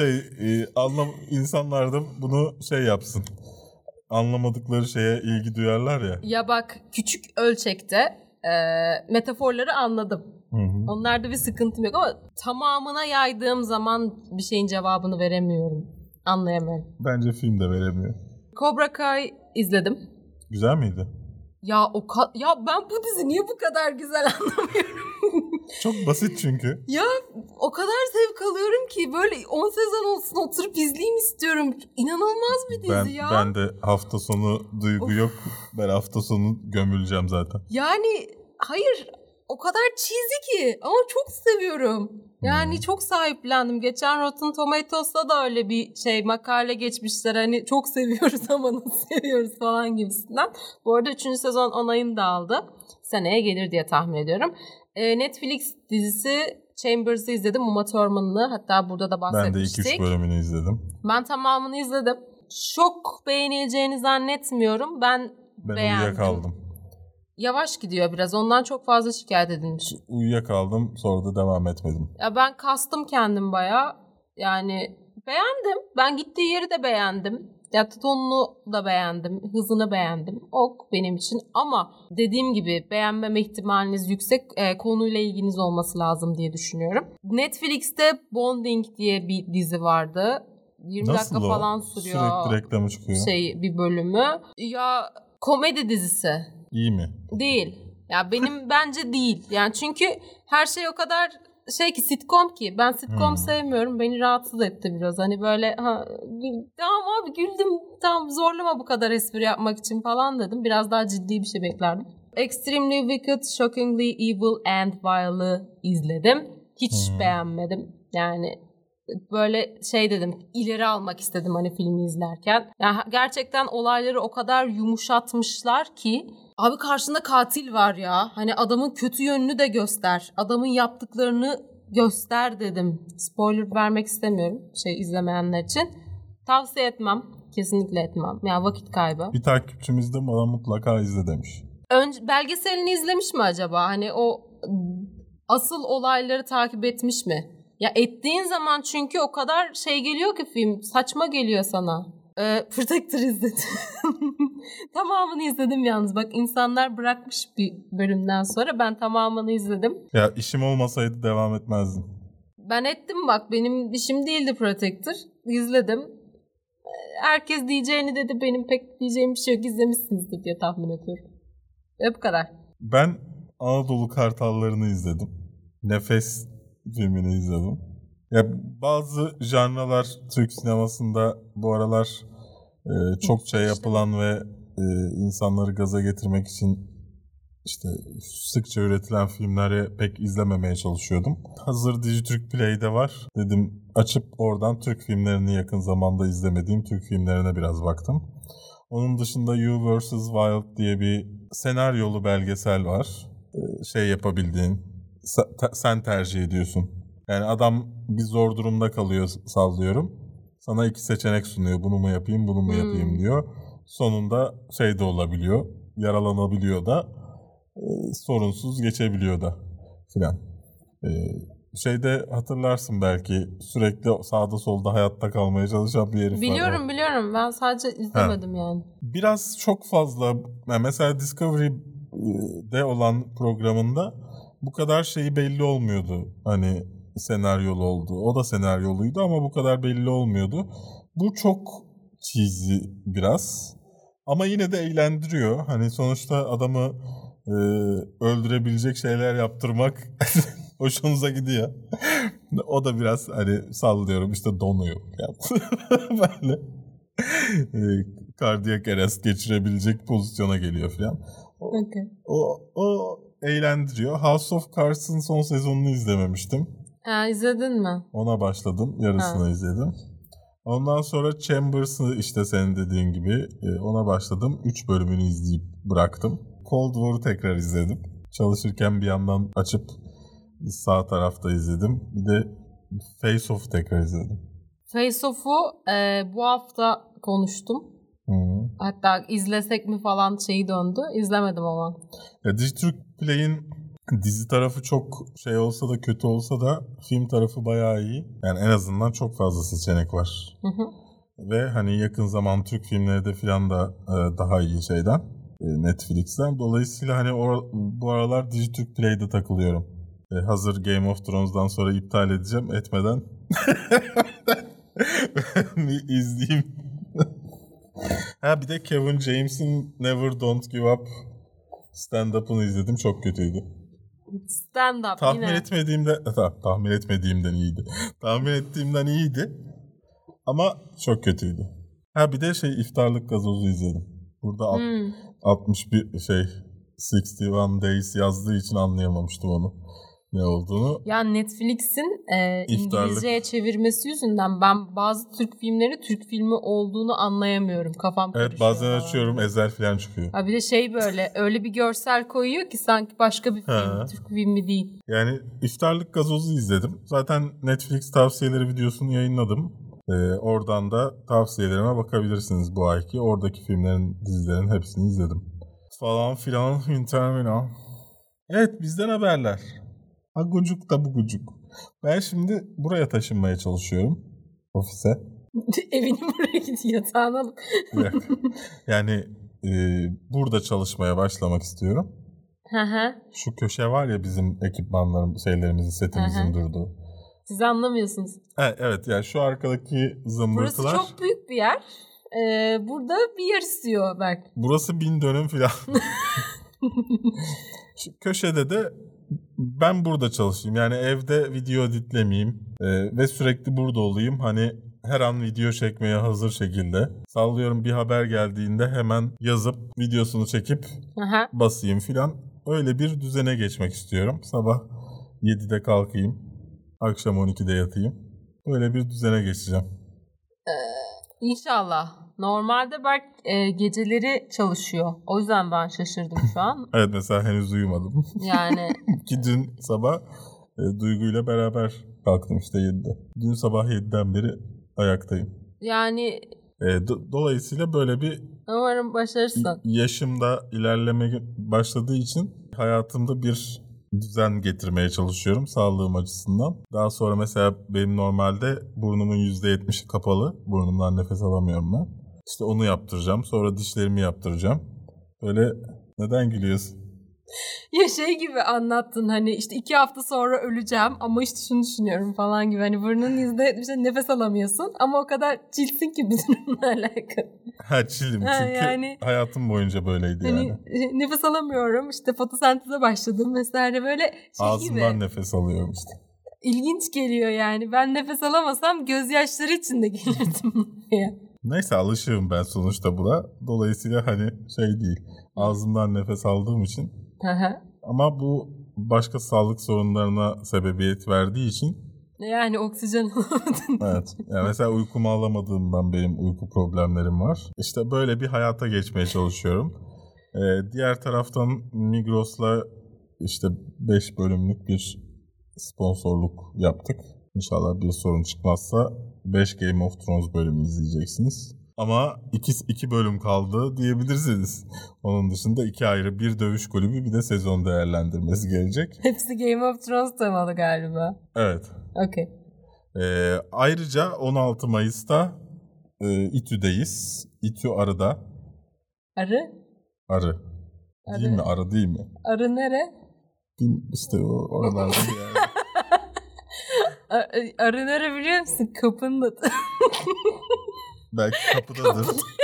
insanlar da bunu yapsın. Anlamadıkları şeye ilgi duyarlar ya. Ya bak, küçük ölçekte metaforları anladım. Hı-hı. Onlarda bir sıkıntım yok ama tamamına yaydığım zaman bir şeyin cevabını veremiyorum. Anlayamıyorum. Bence film de veremiyor. Cobra Kai izledim. Güzel miydi? Ya ben bu dizi niye bu kadar güzel anlamıyorum. Çok basit çünkü. Ya o kadar zevk alıyorum ki böyle 10 sezon olsun oturup izleyeyim istiyorum. İnanılmaz bir dizi ya. Ben de hafta sonu duygu yok. Ben hafta sonu gömüleceğim zaten. Yani hayır, o kadar cheesy ki ama çok seviyorum. Yani çok sahiplendim. Geçen Rotten Tomatoes'ta da öyle bir makale geçmişler. Hani çok seviyoruz ama nasıl seviyoruz falan gibisinden. Bu arada 3. sezon onayını da aldı. Seneye gelir diye tahmin ediyorum. Netflix dizisi Chambers'ı izledim. Uma Thurman'lı. Hatta burada da bahsetmiştik. Ben de 2-3 bölümünü izledim. Ben tamamını izledim. Çok beğenileceğini zannetmiyorum. Ben beğendim. Uyuyakaldım. Yavaş gidiyor biraz. Ondan çok fazla şikayet edilmiş. Uyuyakaldım. Sonra da devam etmedim. Ya ben kastım kendim bayağı. Yani beğendim. Ben gittiği yeri de beğendim. Ya tonunu da beğendim. Hızını beğendim. Ok benim için. Ama dediğim gibi beğenmeme ihtimaliniz yüksek. Konuyla ilginiz olması lazım diye düşünüyorum. Netflix'te Bonding diye bir dizi vardı. 20 Nasıl dakika o? falan sürüyor. Sürekli reklamı çıkıyor. Bir bölümü. Ya komedi dizisi. İyi mi? Değil. Ya benim bence değil. Yani çünkü her şey o kadar ki sitcom ki. Ben sitcom sevmiyorum. Beni rahatsız etti biraz. Hani böyle tamam abi güldüm. Tamam zorlama bu kadar espri yapmak için falan dedim. Biraz daha ciddi bir şey beklerdim. Extremely Wicked, Shockingly Evil and Vile'ı izledim. Hiç beğenmedim. Yani böyle dedim, ileri almak istedim hani filmi izlerken. Yani gerçekten olayları o kadar yumuşatmışlar ki abi karşında katil var ya. Hani adamın kötü yönünü de göster. Adamın yaptıklarını göster dedim. Spoiler vermek istemiyorum izlemeyenler için. Tavsiye etmem. Kesinlikle etmem. Yani vakit kaybı. Bir takipçimiz de bana mutlaka izle demiş. Belgeselini izlemiş mi acaba? Hani o asıl olayları takip etmiş mi? Ya ettiğin zaman çünkü o kadar geliyor ki film. Saçma geliyor sana. Protector izledim. Tamamını izledim yalnız. Bak insanlar bırakmış bir bölümden sonra. Ben tamamını izledim. Ya işim olmasaydı devam etmezdim. Ben ettim bak. Benim işim değildi Protector. İzledim. Herkes diyeceğini dedi. Benim pek diyeceğim bir şey yok. İzlemişsinizdir diye tahmin ediyorum. Ve bu kadar. Ben Anadolu Kartalları'nı izledim. Nefes filmini izledim. Ya bazı janralar Türk sinemasında bu aralar çokça yapılan ve insanları gaza getirmek için sıkça üretilen filmleri pek izlememeye çalışıyordum. Hazır Dijitürk Play'de var. Dedim açıp oradan Türk filmlerini yakın zamanda izlemediğim Türk filmlerine biraz baktım. Onun dışında You vs. Wild diye bir senaryolu belgesel var. Yapabildiğin, sen tercih ediyorsun. Yani adam bir zor durumda kalıyor, sallıyorum. Sana 2 seçenek sunuyor. Bunu mu yapayım, bunu mu yapayım diyor. Sonunda de olabiliyor. Yaralanabiliyor da. sorunsuz geçebiliyor da filan. Şeyde hatırlarsın belki, sürekli sağda solda hayatta kalmaya çalışan bir herif var. Biliyorum. Ben sadece izlemedim yani. Biraz çok fazla, yani mesela Discovery'de olan programında bu kadar şeyi belli olmuyordu. Hani senaryolu oldu. O da senaryoluydu ama bu kadar belli olmuyordu. Bu çok cheesy biraz. Ama yine de eğlendiriyor. Hani sonuçta adamı öldürebilecek şeyler yaptırmak hoşunuza gidiyor. O da biraz hani sallıyorum işte donuyor. Böyle kardiyak arrest geçirebilecek pozisyona geliyor falan. Okay. O eğlendiriyor. House of Cards'ın son sezonunu izlememiştim. İzledin mi? Ona başladım. Yarısını izledim. Ondan sonra Chambers'ı işte senin dediğin gibi ona başladım. 3 bölümünü izleyip bıraktım. Cold War'u tekrar izledim. Çalışırken bir yandan açıp sağ tarafta izledim. Bir de Face Off'u tekrar izledim. Face Off'u bu hafta konuştum. Hı-hı. Hatta izlesek mi falan şeyi döndü. İzlemedim ama. Ya Dijitürk Play'in dizi tarafı çok şey olsa da kötü olsa da film tarafı bayağı iyi. Yani en azından çok fazla seçenek var. Hı. Ve hani yakın zaman Türk filmleri de filan da daha iyi şeyden. Netflix'ten. Dolayısıyla hani bu aralar Dijitürk Play'de takılıyorum. Hazır Game of Thrones'dan sonra iptal edeceğim. Etmeden izleyeyim. Bir de Kevin James'in Never Don't Give Up stand-up'ını izledim. Çok kötüydü. Stand-up tahmin yine. Tahmin etmediğimden iyiydi. Tahmin ettiğimden iyiydi. Ama çok kötüydü. Bir de iftarlık gazozu izledim. Burada 61 61 Days yazdığı için anlayamamıştım onu. Ne olduğunu. Ya Netflix'in İngilizceye çevirmesi yüzünden ben bazı Türk filmleri Türk filmi olduğunu anlayamıyorum. Kafam karışıyor. Evet, bazen açıyorum Ezel falan çıkıyor. Bir de böyle öyle bir görsel koyuyor ki sanki başka bir film. Türk filmi değil. Yani iftarlık gazozu izledim. Zaten Netflix tavsiyeleri videosunu yayınladım. Oradan da tavsiyelerime bakabilirsiniz bu ayki. Oradaki filmlerin, dizilerin hepsini izledim. Falan filan interminal. Evet, bizden haberler. Agucuk da bugucuk. Ben şimdi buraya taşınmaya çalışıyorum. Ofise. Evini buraya gidiyor. Yatağını Yani burada çalışmaya başlamak istiyorum. Şu köşe var ya bizim ekipmanlarımız, setimizin durduğu. Siz anlamıyorsunuz. Evet, yani şu arkadaki zımbırtılar. Burası çok büyük bir yer. Burada bir yer istiyor Berk. Burası 1000 dönüm falan. Şu köşede de ben burada çalışayım. Yani evde video editlemeyeyim ve sürekli burada olayım. Hani her an video çekmeye hazır şekilde. Sallıyorum, bir haber geldiğinde hemen yazıp videosunu çekip basayım filan. Öyle bir düzene geçmek istiyorum. Sabah 7'de kalkayım. Akşam 12'de yatayım. Öyle bir düzene geçeceğim. İnşallah. Normalde Berk geceleri çalışıyor. O yüzden ben şaşırdım şu an. Evet, mesela henüz uyumadım. Yani. Ki dün sabah Duygu'yla beraber kalktım işte 7'de. Dün sabah 7'den beri ayaktayım. Yani. Dolayısıyla böyle bir umarım başarırsın. Yaşımda ilerleme başladığı için hayatımda bir düzen getirmeye çalışıyorum sağlığım açısından. Daha sonra mesela benim normalde burnumun %70'i kapalı. Burnumdan nefes alamıyorum ben. İşte onu yaptıracağım. Sonra dişlerimi yaptıracağım. Böyle, neden gülüyorsun? Ya gibi anlattın hani işte 2 hafta sonra öleceğim ama işte şunu düşünüyorum falan gibi. Hani burnun %70'e nefes alamıyorsun ama o kadar çilsin ki bu durumla alakalı. Çilim çünkü yani, hayatım boyunca böyleydi hani, yani. Nefes alamıyorum işte fotosenteze başladım vesaire böyle ağzımdan gibi. Nefes alıyorum işte. İlginç geliyor yani. Ben nefes alamasam gözyaşları içinde gelirdim. Neyse, alışığım ben sonuçta buna. Dolayısıyla hani değil. Ağzımdan nefes aldığım için. Ama bu başka sağlık sorunlarına sebebiyet verdiği için. Yani oksijen alamadığım. Evet. Yani mesela uykumu alamadığımdan benim uyku problemlerim var. İşte böyle bir hayata geçmeye çalışıyorum. Diğer taraftan Migros'la işte 5 bölümlük bir sponsorluk yaptık. İnşallah bir sorun çıkmazsa 5 Game of Thrones bölümü izleyeceksiniz. Ama iki bölüm kaldı diyebilirsiniz. Onun dışında 2 ayrı, bir dövüş kulübü, bir de sezon değerlendirmesi gelecek. Hepsi Game of Thrones temalı galiba. Evet. Okey. Ayrıca 16 Mayıs'ta İTÜ'deyiz. İTÜ Arı'da. Arı? Arı. Değil mi? Arı değil mi? Arı nere? İşte oralarda bir yer. Arı nere biliyor musun? Kapının adı. Belki kapıdadır.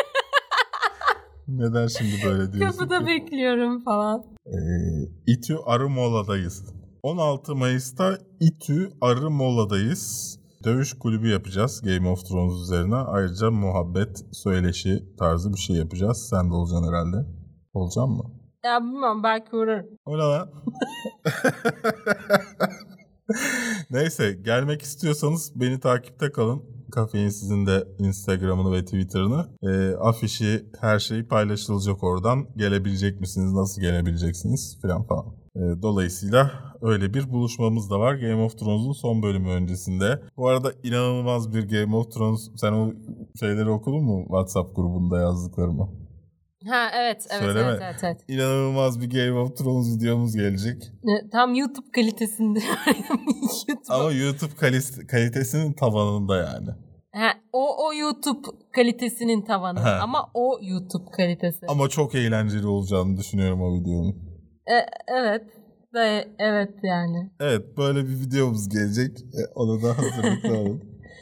Neden şimdi böyle diyorsun? Kapıda bekliyorum falan. İTÜ Arı Mola'dayız. 16 Mayıs'ta İTÜ Arı Mola'dayız. Dövüş kulübü yapacağız Game of Thrones üzerine. Ayrıca muhabbet, söyleşi tarzı bir şey yapacağız. Sen de olacaksın herhalde. Olacaksın mı? Ya bilmem, belki uğrarım. O ne lan? Neyse, gelmek istiyorsanız beni takipte kalın. Kafein sizin de Instagram'ını ve Twitter'ını. Afişi, her şey paylaşılacak oradan. Gelebilecek misiniz, nasıl gelebileceksiniz falan. Dolayısıyla öyle bir buluşmamız da var Game of Thrones'un son bölümü öncesinde. Bu arada inanılmaz bir Game of Thrones. Sen o şeyleri okudun mu WhatsApp grubunda yazdıklarımı? Ha evet. Evet. İnanılmaz bir Game of Thrones videomuz gelecek. Tam YouTube kalitesinde. Ama YouTube kalitesinin tavanında yani. Ha, o YouTube kalitesinin tavanı. Ama o YouTube kalitesi. Ama çok eğlenceli olacağını düşünüyorum o videonun. Evet yani. Evet, böyle bir videomuz gelecek. Ona da hazırlıklı olun.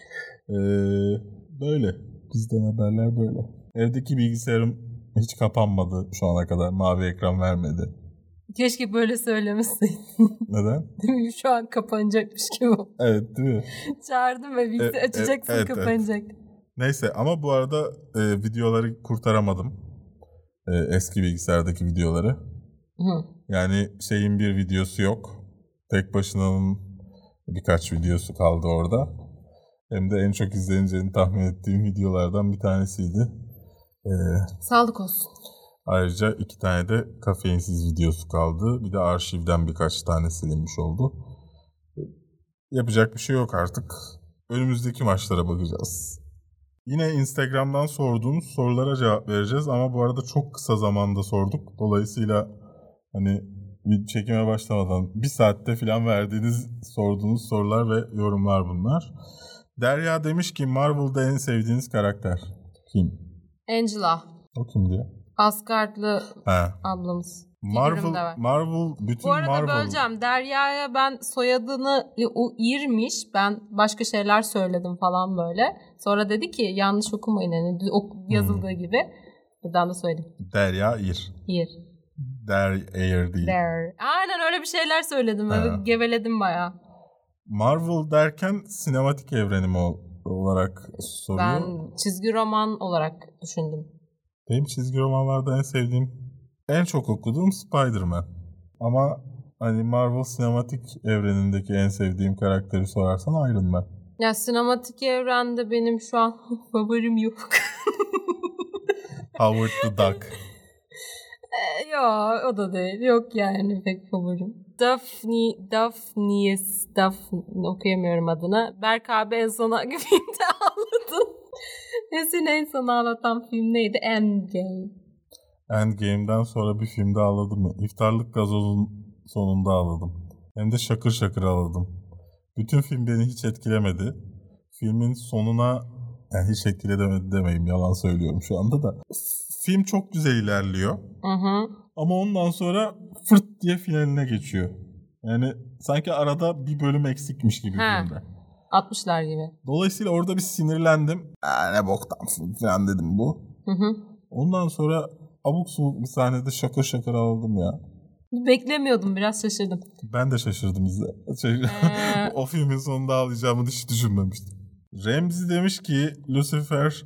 Böyle. Bizden haberler böyle. Evdeki bilgisayarım hiç kapanmadı şu ana kadar. Mavi ekran vermedi. Keşke böyle söylemeseydin. Neden? Değil mi? Şu an kapanacakmış gibi. Evet, değil mi? Çağırdım ve bilgisayar açacaksın, kapanacak. Evet. Neyse, ama bu arada videoları kurtaramadım. Eski bilgisayardaki videoları. Hı. Yani şeyin bir videosu yok. Tek başına'nın birkaç videosu kaldı orada. Hem de en çok izleneceğini tahmin ettiğim videolardan bir tanesiydi. Sağlık olsun. Ayrıca 2 tane de kafeinsiz videosu kaldı. Bir de arşivden birkaç tane silinmiş oldu. Yapacak bir şey yok artık. Önümüzdeki maçlara bakacağız. Yine Instagram'dan sorduğunuz sorulara cevap vereceğiz. Ama bu arada çok kısa zamanda sorduk. Dolayısıyla hani bir çekime başlamadan 1 saatte falan sorduğunuz sorular ve yorumlar bunlar. Derya demiş ki Marvel'da en sevdiğiniz karakter kim? Angela. O kim diyor? Asgardlı ablamız. Marvel bütün bu arada Marvel. Böleceğim. Derya'ya ben soyadını o İrmiş. Ben başka şeyler söyledim falan böyle. Sonra dedi ki yanlış okumayın yani yazıldığı gibi. Buradan da söyledim. Derya İr. Değil. Aynen öyle bir şeyler söyledim. Böyle geveledim bayağı. Marvel derken sinematik evreni mi olarak soruyor? Ben çizgi roman olarak düşündüm. Benim çizgi romanlarda en sevdiğim, en çok okuduğum Spider-Man. Ama hani Marvel sinematik evrenindeki en sevdiğim karakteri sorarsan Iron Man. Ya sinematik evrende benim şu an favorim yok. Howard the Duck. Yok, o da değil. Yok yani pek favorim. Daphne okuyamıyorum adını. Berk abi en son hangi filmde ağladın? Seni en son ağlatan film neydi? Endgame'den sonra bir filmde ağladım ya. İftarlık gazozun sonunda ağladım. Hem de şakır şakır ağladım. Bütün film beni hiç etkilemedi. Filmin sonuna yani hiç etkilemedi demeyeyim, yalan söylüyorum şu anda da. Film çok güzel ilerliyor. Hı. Ama ondan sonra fırt diye finaline geçiyor. Yani sanki arada bir bölüm eksikmiş gibi filmde. 60'lar gibi. Dolayısıyla orada bir sinirlendim. Ne boktan film falan dedim bu. Hı. Ondan sonra abuk subuk bir sahnede şakır şakır ağladım ya. Beklemiyordum, biraz şaşırdım. Ben de şaşırdım O filmin sonunda ağlayacağımı hiç düşünmemiştim. Remzi demiş ki Lucifer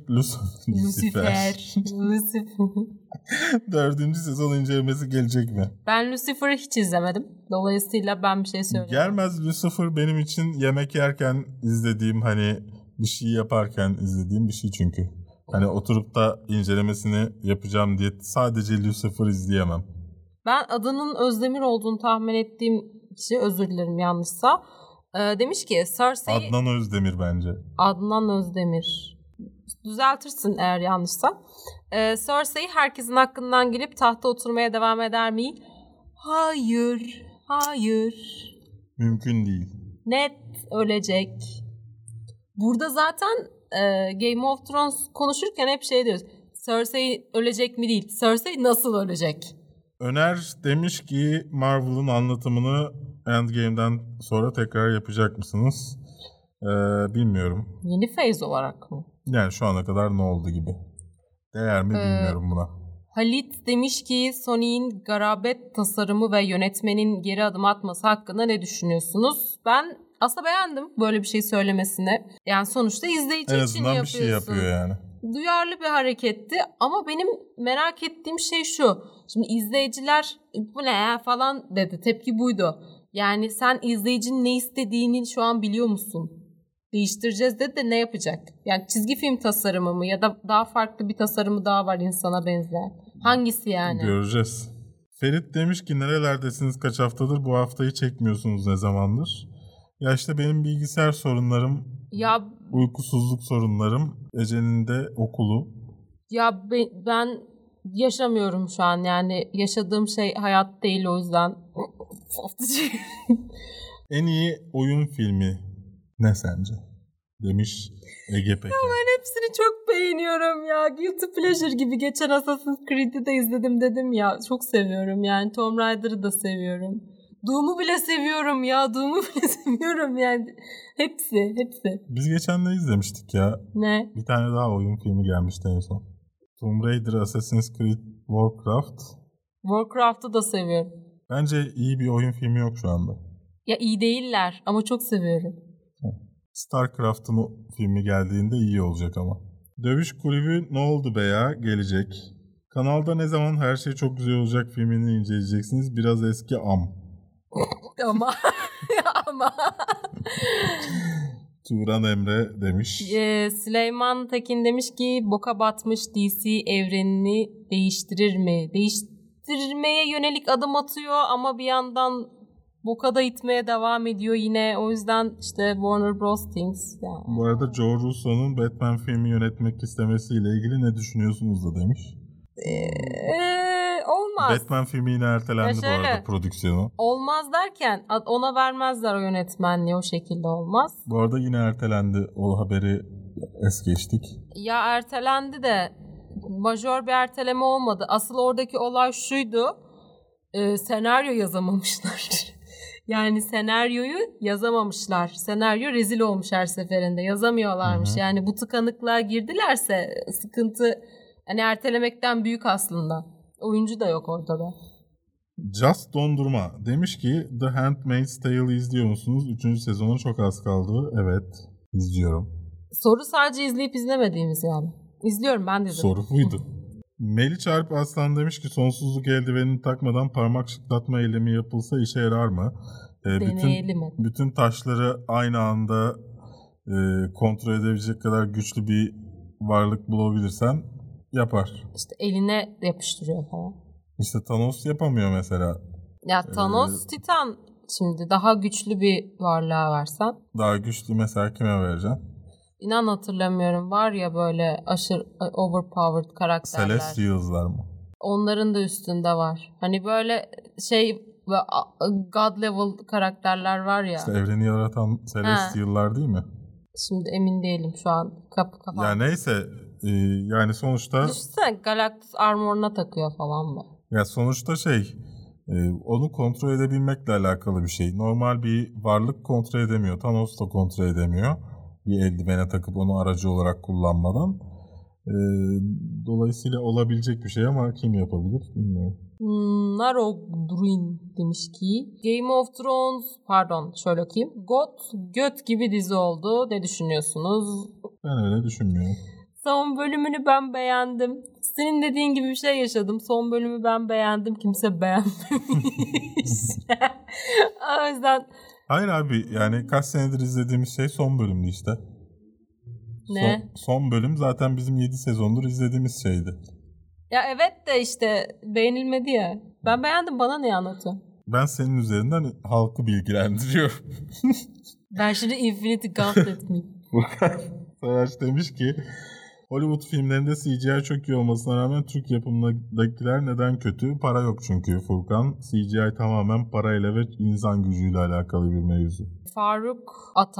4. sezon incelemesi gelecek mi? Ben Lucifer'ı hiç izlemedim. Dolayısıyla ben bir şey söyleyeyim. Gelmez. Lucifer benim için yemek yerken izlediğim, hani bir şey yaparken izlediğim bir şey çünkü. Hani oturup da incelemesini yapacağım diye sadece Lucifer izleyemem. Ben adının Özdemir olduğunu tahmin ettiğim kişi, özür dilerim yanlışsa, demiş ki Cersei... Adnan Özdemir bence. Adnan Özdemir. Düzeltirsin eğer yanlışsa. Cersei herkesin hakkından gelip tahta oturmaya devam eder mi? Hayır. Hayır. Mümkün değil. Net ölecek. Burada zaten Game of Thrones konuşurken hep şey diyoruz. Cersei ölecek mi değil. Cersei nasıl ölecek? Öner demiş ki Marvel'ın anlatımını Endgame'den sonra tekrar yapacak mısınız? Bilmiyorum. Yeni phase olarak mı? Yani şu ana kadar ne oldu gibi. Değer mi bilmiyorum buna. Halit demiş ki Sony'in garabet tasarımı ve yönetmenin geri adım atması hakkında ne düşünüyorsunuz? Ben aslında beğendim böyle bir şey söylemesini. Yani sonuçta izleyici En için azından yapıyorsun. bir şey yapıyor yani. Duyarlı bir hareketti ama benim merak ettiğim şey şu. Şimdi izleyiciler bu ne ya falan dedi. Tepki buydu. Yani sen izleyicinin ne istediğini şu an biliyor musun? Değiştireceğiz dedi de ne yapacak? Yani çizgi film tasarımı mı ya da daha farklı bir tasarımı daha var insana benzeyen? Hangisi yani? Göreceğiz. Ferit demiş ki nerelerdesiniz, kaç haftadır, bu haftayı çekmiyorsunuz, ne zamandır? Ya işte benim bilgisayar sorunlarım, Ya uykusuzluk sorunlarım, Ece'nin de okulu. ya ben yaşamıyorum şu an yani yaşadığım şey hayat değil o yüzden. En iyi oyun filmi ne sence? Demiş Ege Peker. Ben hepsini çok beğeniyorum ya. Guilty Pleasure gibi geçen Assassin's Creed'i de izledim dedim ya. Çok seviyorum yani. Tomb Raider'ı da seviyorum. Doom'u bile seviyorum ya. Doom'u bile seviyorum yani. Hepsi. Biz geçen ne izlemiştik ya? Ne? Bir tane daha oyun filmi gelmişti en son. Tomb Raider, Assassin's Creed, Warcraft. Warcraft'ı da seviyorum. Bence iyi bir oyun filmi yok şu anda. Ya iyi değiller ama çok seviyorum. StarCraft'ın filmi geldiğinde iyi olacak ama. Dövüş Kulübü ne oldu be ya? Gelecek. Kanalda ne zaman Her Şey Çok Güzel Olacak filmini inceleyeceksiniz? Biraz eski Ama Turan Emre demiş. Süleyman Tekin demiş ki boka batmış DC evrenini değiştirir mi? Değiştirmeye yönelik adım atıyor ama bir yandan boka da itmeye devam ediyor yine. O yüzden işte Warner Bros. Things. Yani. Bu arada Joe Russo'nun Batman filmi yönetmek istemesiyle ilgili ne düşünüyorsunuz da demiş. Olmaz. Batman filmi yine ertelendi bu arada prodüksiyonu. Olmaz derken ona vermezler o yönetmenliği, o şekilde olmaz. Bu arada yine ertelendi. O haberi es geçtik. Ya ertelendi de majör bir erteleme olmadı. Asıl oradaki olay şuydu. Senaryo yazamamışlar. Yani senaryoyu yazamamışlar. Senaryo rezil olmuş her seferinde. Yazamıyorlarmış. Hı-hı. Yani bu tıkanıklığa girdilerse sıkıntı hani ertelemekten büyük aslında. Oyuncu da yok ortada. Just Dondurma demiş ki The Handmaid's Tale izliyor musunuz? 3. sezona çok az kaldı. Evet, izliyorum. Soru sadece izleyip izlemediğimiz yani. İzliyorum, ben de izledim. Soru buydu. Melih Çarp Aslan demiş ki sonsuzluk eldivenini takmadan parmak şıklatma eylemi yapılsa işe yarar mı? Deneyelim. Bütün taşları aynı anda kontrol edebilecek kadar güçlü bir varlık bulabilirsen yapar. İşte eline yapıştırıyor falan. İşte Thanos yapamıyor mesela. Ya Thanos Titan, şimdi daha güçlü bir varlığa versen. Daha güçlü mesela kime vereceksin? İnan hatırlamıyorum. Var ya böyle aşırı overpowered karakterler. Celestials'lar mı? Onların da üstünde var. Hani böyle şey God level karakterler var ya. İşte evreni yaratan Celestial'lar değil mi? Şimdi emin değilim şu an. Kafam. Ya neyse yani sonuçta... Düşünsene Galactus armoruna takıyor falan mı? Ya sonuçta onu kontrol edebilmekle alakalı bir şey. Normal bir varlık kontrol edemiyor. Thanos da kontrol edemiyor. Bir eldivene takıp onu aracı olarak kullanmadan. Dolayısıyla olabilecek bir şey ama kim yapabilir bilmiyorum. Narogdruin demiş ki Game of Thrones, pardon şöyle okuyayım. Göt gibi dizi oldu. Ne düşünüyorsunuz? Ben öyle düşünmüyorum. Son bölümünü ben beğendim. Senin dediğin gibi bir şey yaşadım. Son bölümü ben beğendim. Kimse beğenmemiş. O yüzden... Hayır abi, yani kaç senedir izlediğimiz şey son bölümdü işte. Ne? Son bölüm zaten bizim 7 sezondur izlediğimiz şeydi. Ya evet de işte beğenilmedi ya. Ben beğendim, bana ne anlatıyorsun? Ben senin üzerinden halkı bilgilendiriyorum. Ben şimdi Infinity Gauntlet mi? Furkan Saraç demiş ki Hollywood filmlerinde CGI çok iyi olmasına rağmen Türk yapımındakiler neden kötü? Para yok çünkü Furkan. CGI tamamen parayla ve insan gücüyle alakalı bir mevzu. Faruk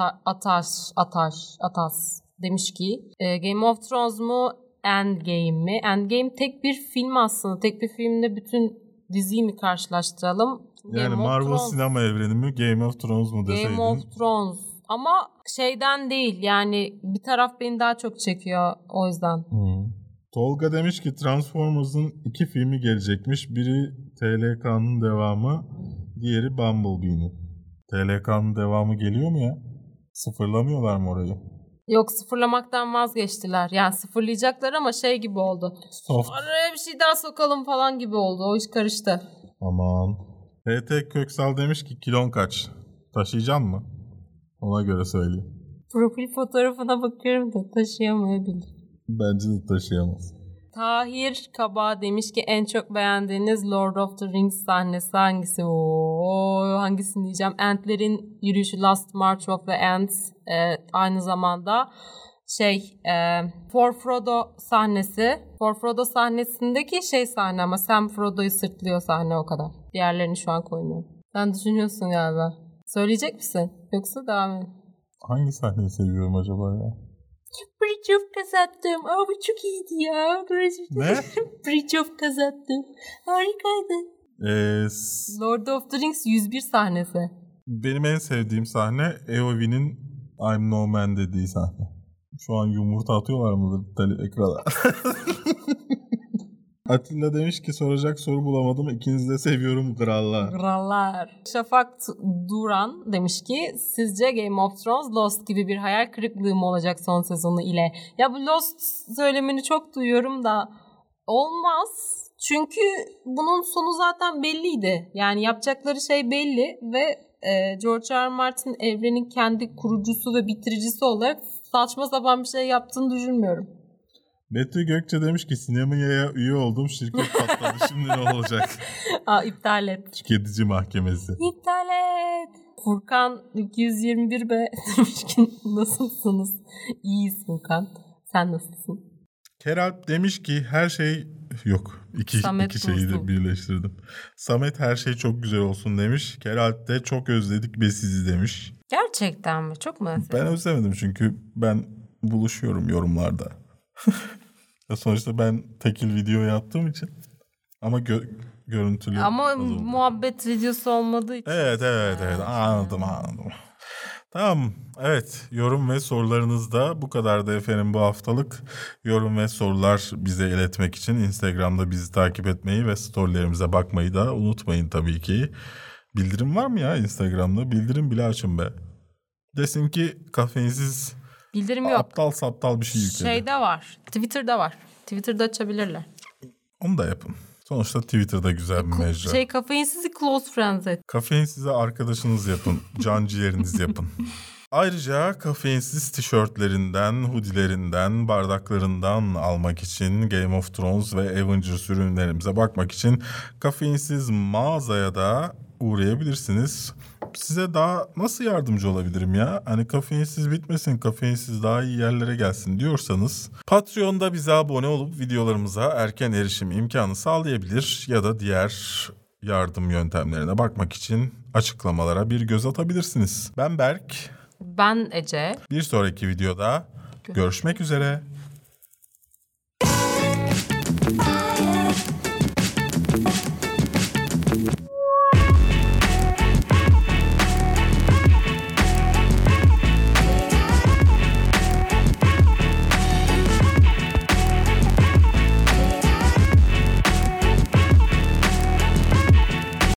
Atas demiş ki Game of Thrones mu Endgame mi? Endgame tek bir film aslında. Tek bir filmde bütün diziyi mi karşılaştıralım? Yani Marvel sinema evreni mi Game of Thrones mu deseydin? Game of Thrones. Ama şeyden değil yani bir taraf beni daha çok çekiyor o yüzden. Tolga demiş ki Transformers'ın 2 filmi gelecekmiş. Biri TLK'nın devamı, diğeri Bumblebee'nin. TLK'nın devamı geliyor mu ya? Sıfırlamıyorlar mı orayı? Yok, sıfırlamaktan vazgeçtiler. Yani sıfırlayacaklar ama şey gibi oldu. Soft. Araya bir şey daha sokalım falan gibi oldu. O iş karıştı. Aman. HT Köksal demiş ki kilon kaç? Taşıyacaksın mı? Ona göre söyleyeyim. Profil fotoğrafına bakıyorum da taşıyamayabilir. Bence de taşıyamaz. Tahir Kaba demiş ki en çok beğendiğiniz Lord of the Rings sahnesi hangisi? Hangisini diyeceğim? Ant'lerin yürüyüşü, Last March of the Ants. Aynı zamanda For Frodo sahnesi. For Frodo sahnesindeki sahne ama Sam Frodo'yu sırtlıyor sahne, o kadar. Diğerlerini şu an koymuyorum. Sen düşünüyorsun galiba. Söyleyecek misin? Yoksa devam edin. Hangi sahneyi seviyorum acaba ya? Bridge of Kazat'tım. Bu çok iyiydi ya. Ne? Bridge of Kazat'tım. Harikaydı. Lord of the Rings 101 sahnesi. Benim en sevdiğim sahne Eowyn'in I'm no man dediği sahne. Şu an yumurta atıyorlar mıdır ekrana? Atilla demiş ki soracak soru bulamadım. İkinizi de seviyorum krallar. Krallar. Şafak Duran demiş ki sizce Game of Thrones Lost gibi bir hayal kırıklığı mı olacak son sezonu ile? Ya bu Lost söylemini çok duyuyorum da olmaz. Çünkü bunun sonu zaten belliydi. Yani yapacakları şey belli ve George R. R. Martin evrenin kendi kurucusu ve bitiricisi olarak saçma sapan bir şey yaptığını düşünmüyorum. Betül Gökçe demiş ki sinemaya üye oldum, şirket patladı, şimdi ne olacak? İptal et. Tüketici mahkemesi. İptal et. Furkan 221B demiş ki nasılsınız? İyiyiz Furkan. Sen nasılsın? Keralp demiş ki her şey yok. İki şeyi de birleştirdim. Samet her şey çok güzel olsun demiş. Keralp de çok özledik be sizi demiş. Gerçekten mi? Çok mu özledin? Ben özlemedim çünkü ben buluşuyorum yorumlarda. Sonuçta ben tekil video yaptığım için. Ama görüntülü. Ama muhabbet videosu olmadığı için. Evet. Anladım. Tamam. Evet. Yorum ve sorularınız da bu kadardı efendim bu haftalık. Yorum ve sorular bize iletmek için Instagram'da bizi takip etmeyi ve storylerimize bakmayı da unutmayın tabii ki. Bildirim var mı ya Instagram'da? Bildirim bile açın be. Desin ki kafeinsiz bildirim yok. Aptal saptal bir şey yükledi. Şeyde var. Twitter'da var. Twitter'da açabilirler. Onu da yapın. Sonuçta Twitter'da güzel bir mecra. Kafeinsizi close friends et. Kafeinsize arkadaşınız yapın. Canciğeriniz yapın. Ayrıca kafeinsiz tişörtlerinden, hoodilerinden, bardaklarından almak için Game of Thrones ve Avengers ürünlerimize bakmak için kafeinsiz mağazaya da uğrayabilirsiniz. Size daha nasıl yardımcı olabilirim ya? Hani kafeinsiz bitmesin, kafeinsiz daha iyi yerlere gelsin diyorsanız Patreon'da bize abone olup videolarımıza erken erişim imkanı sağlayabilir ya da diğer yardım yöntemlerine bakmak için açıklamalara bir göz atabilirsiniz. Ben Berk. Ben Ece. Bir sonraki videoda görüşmek üzere.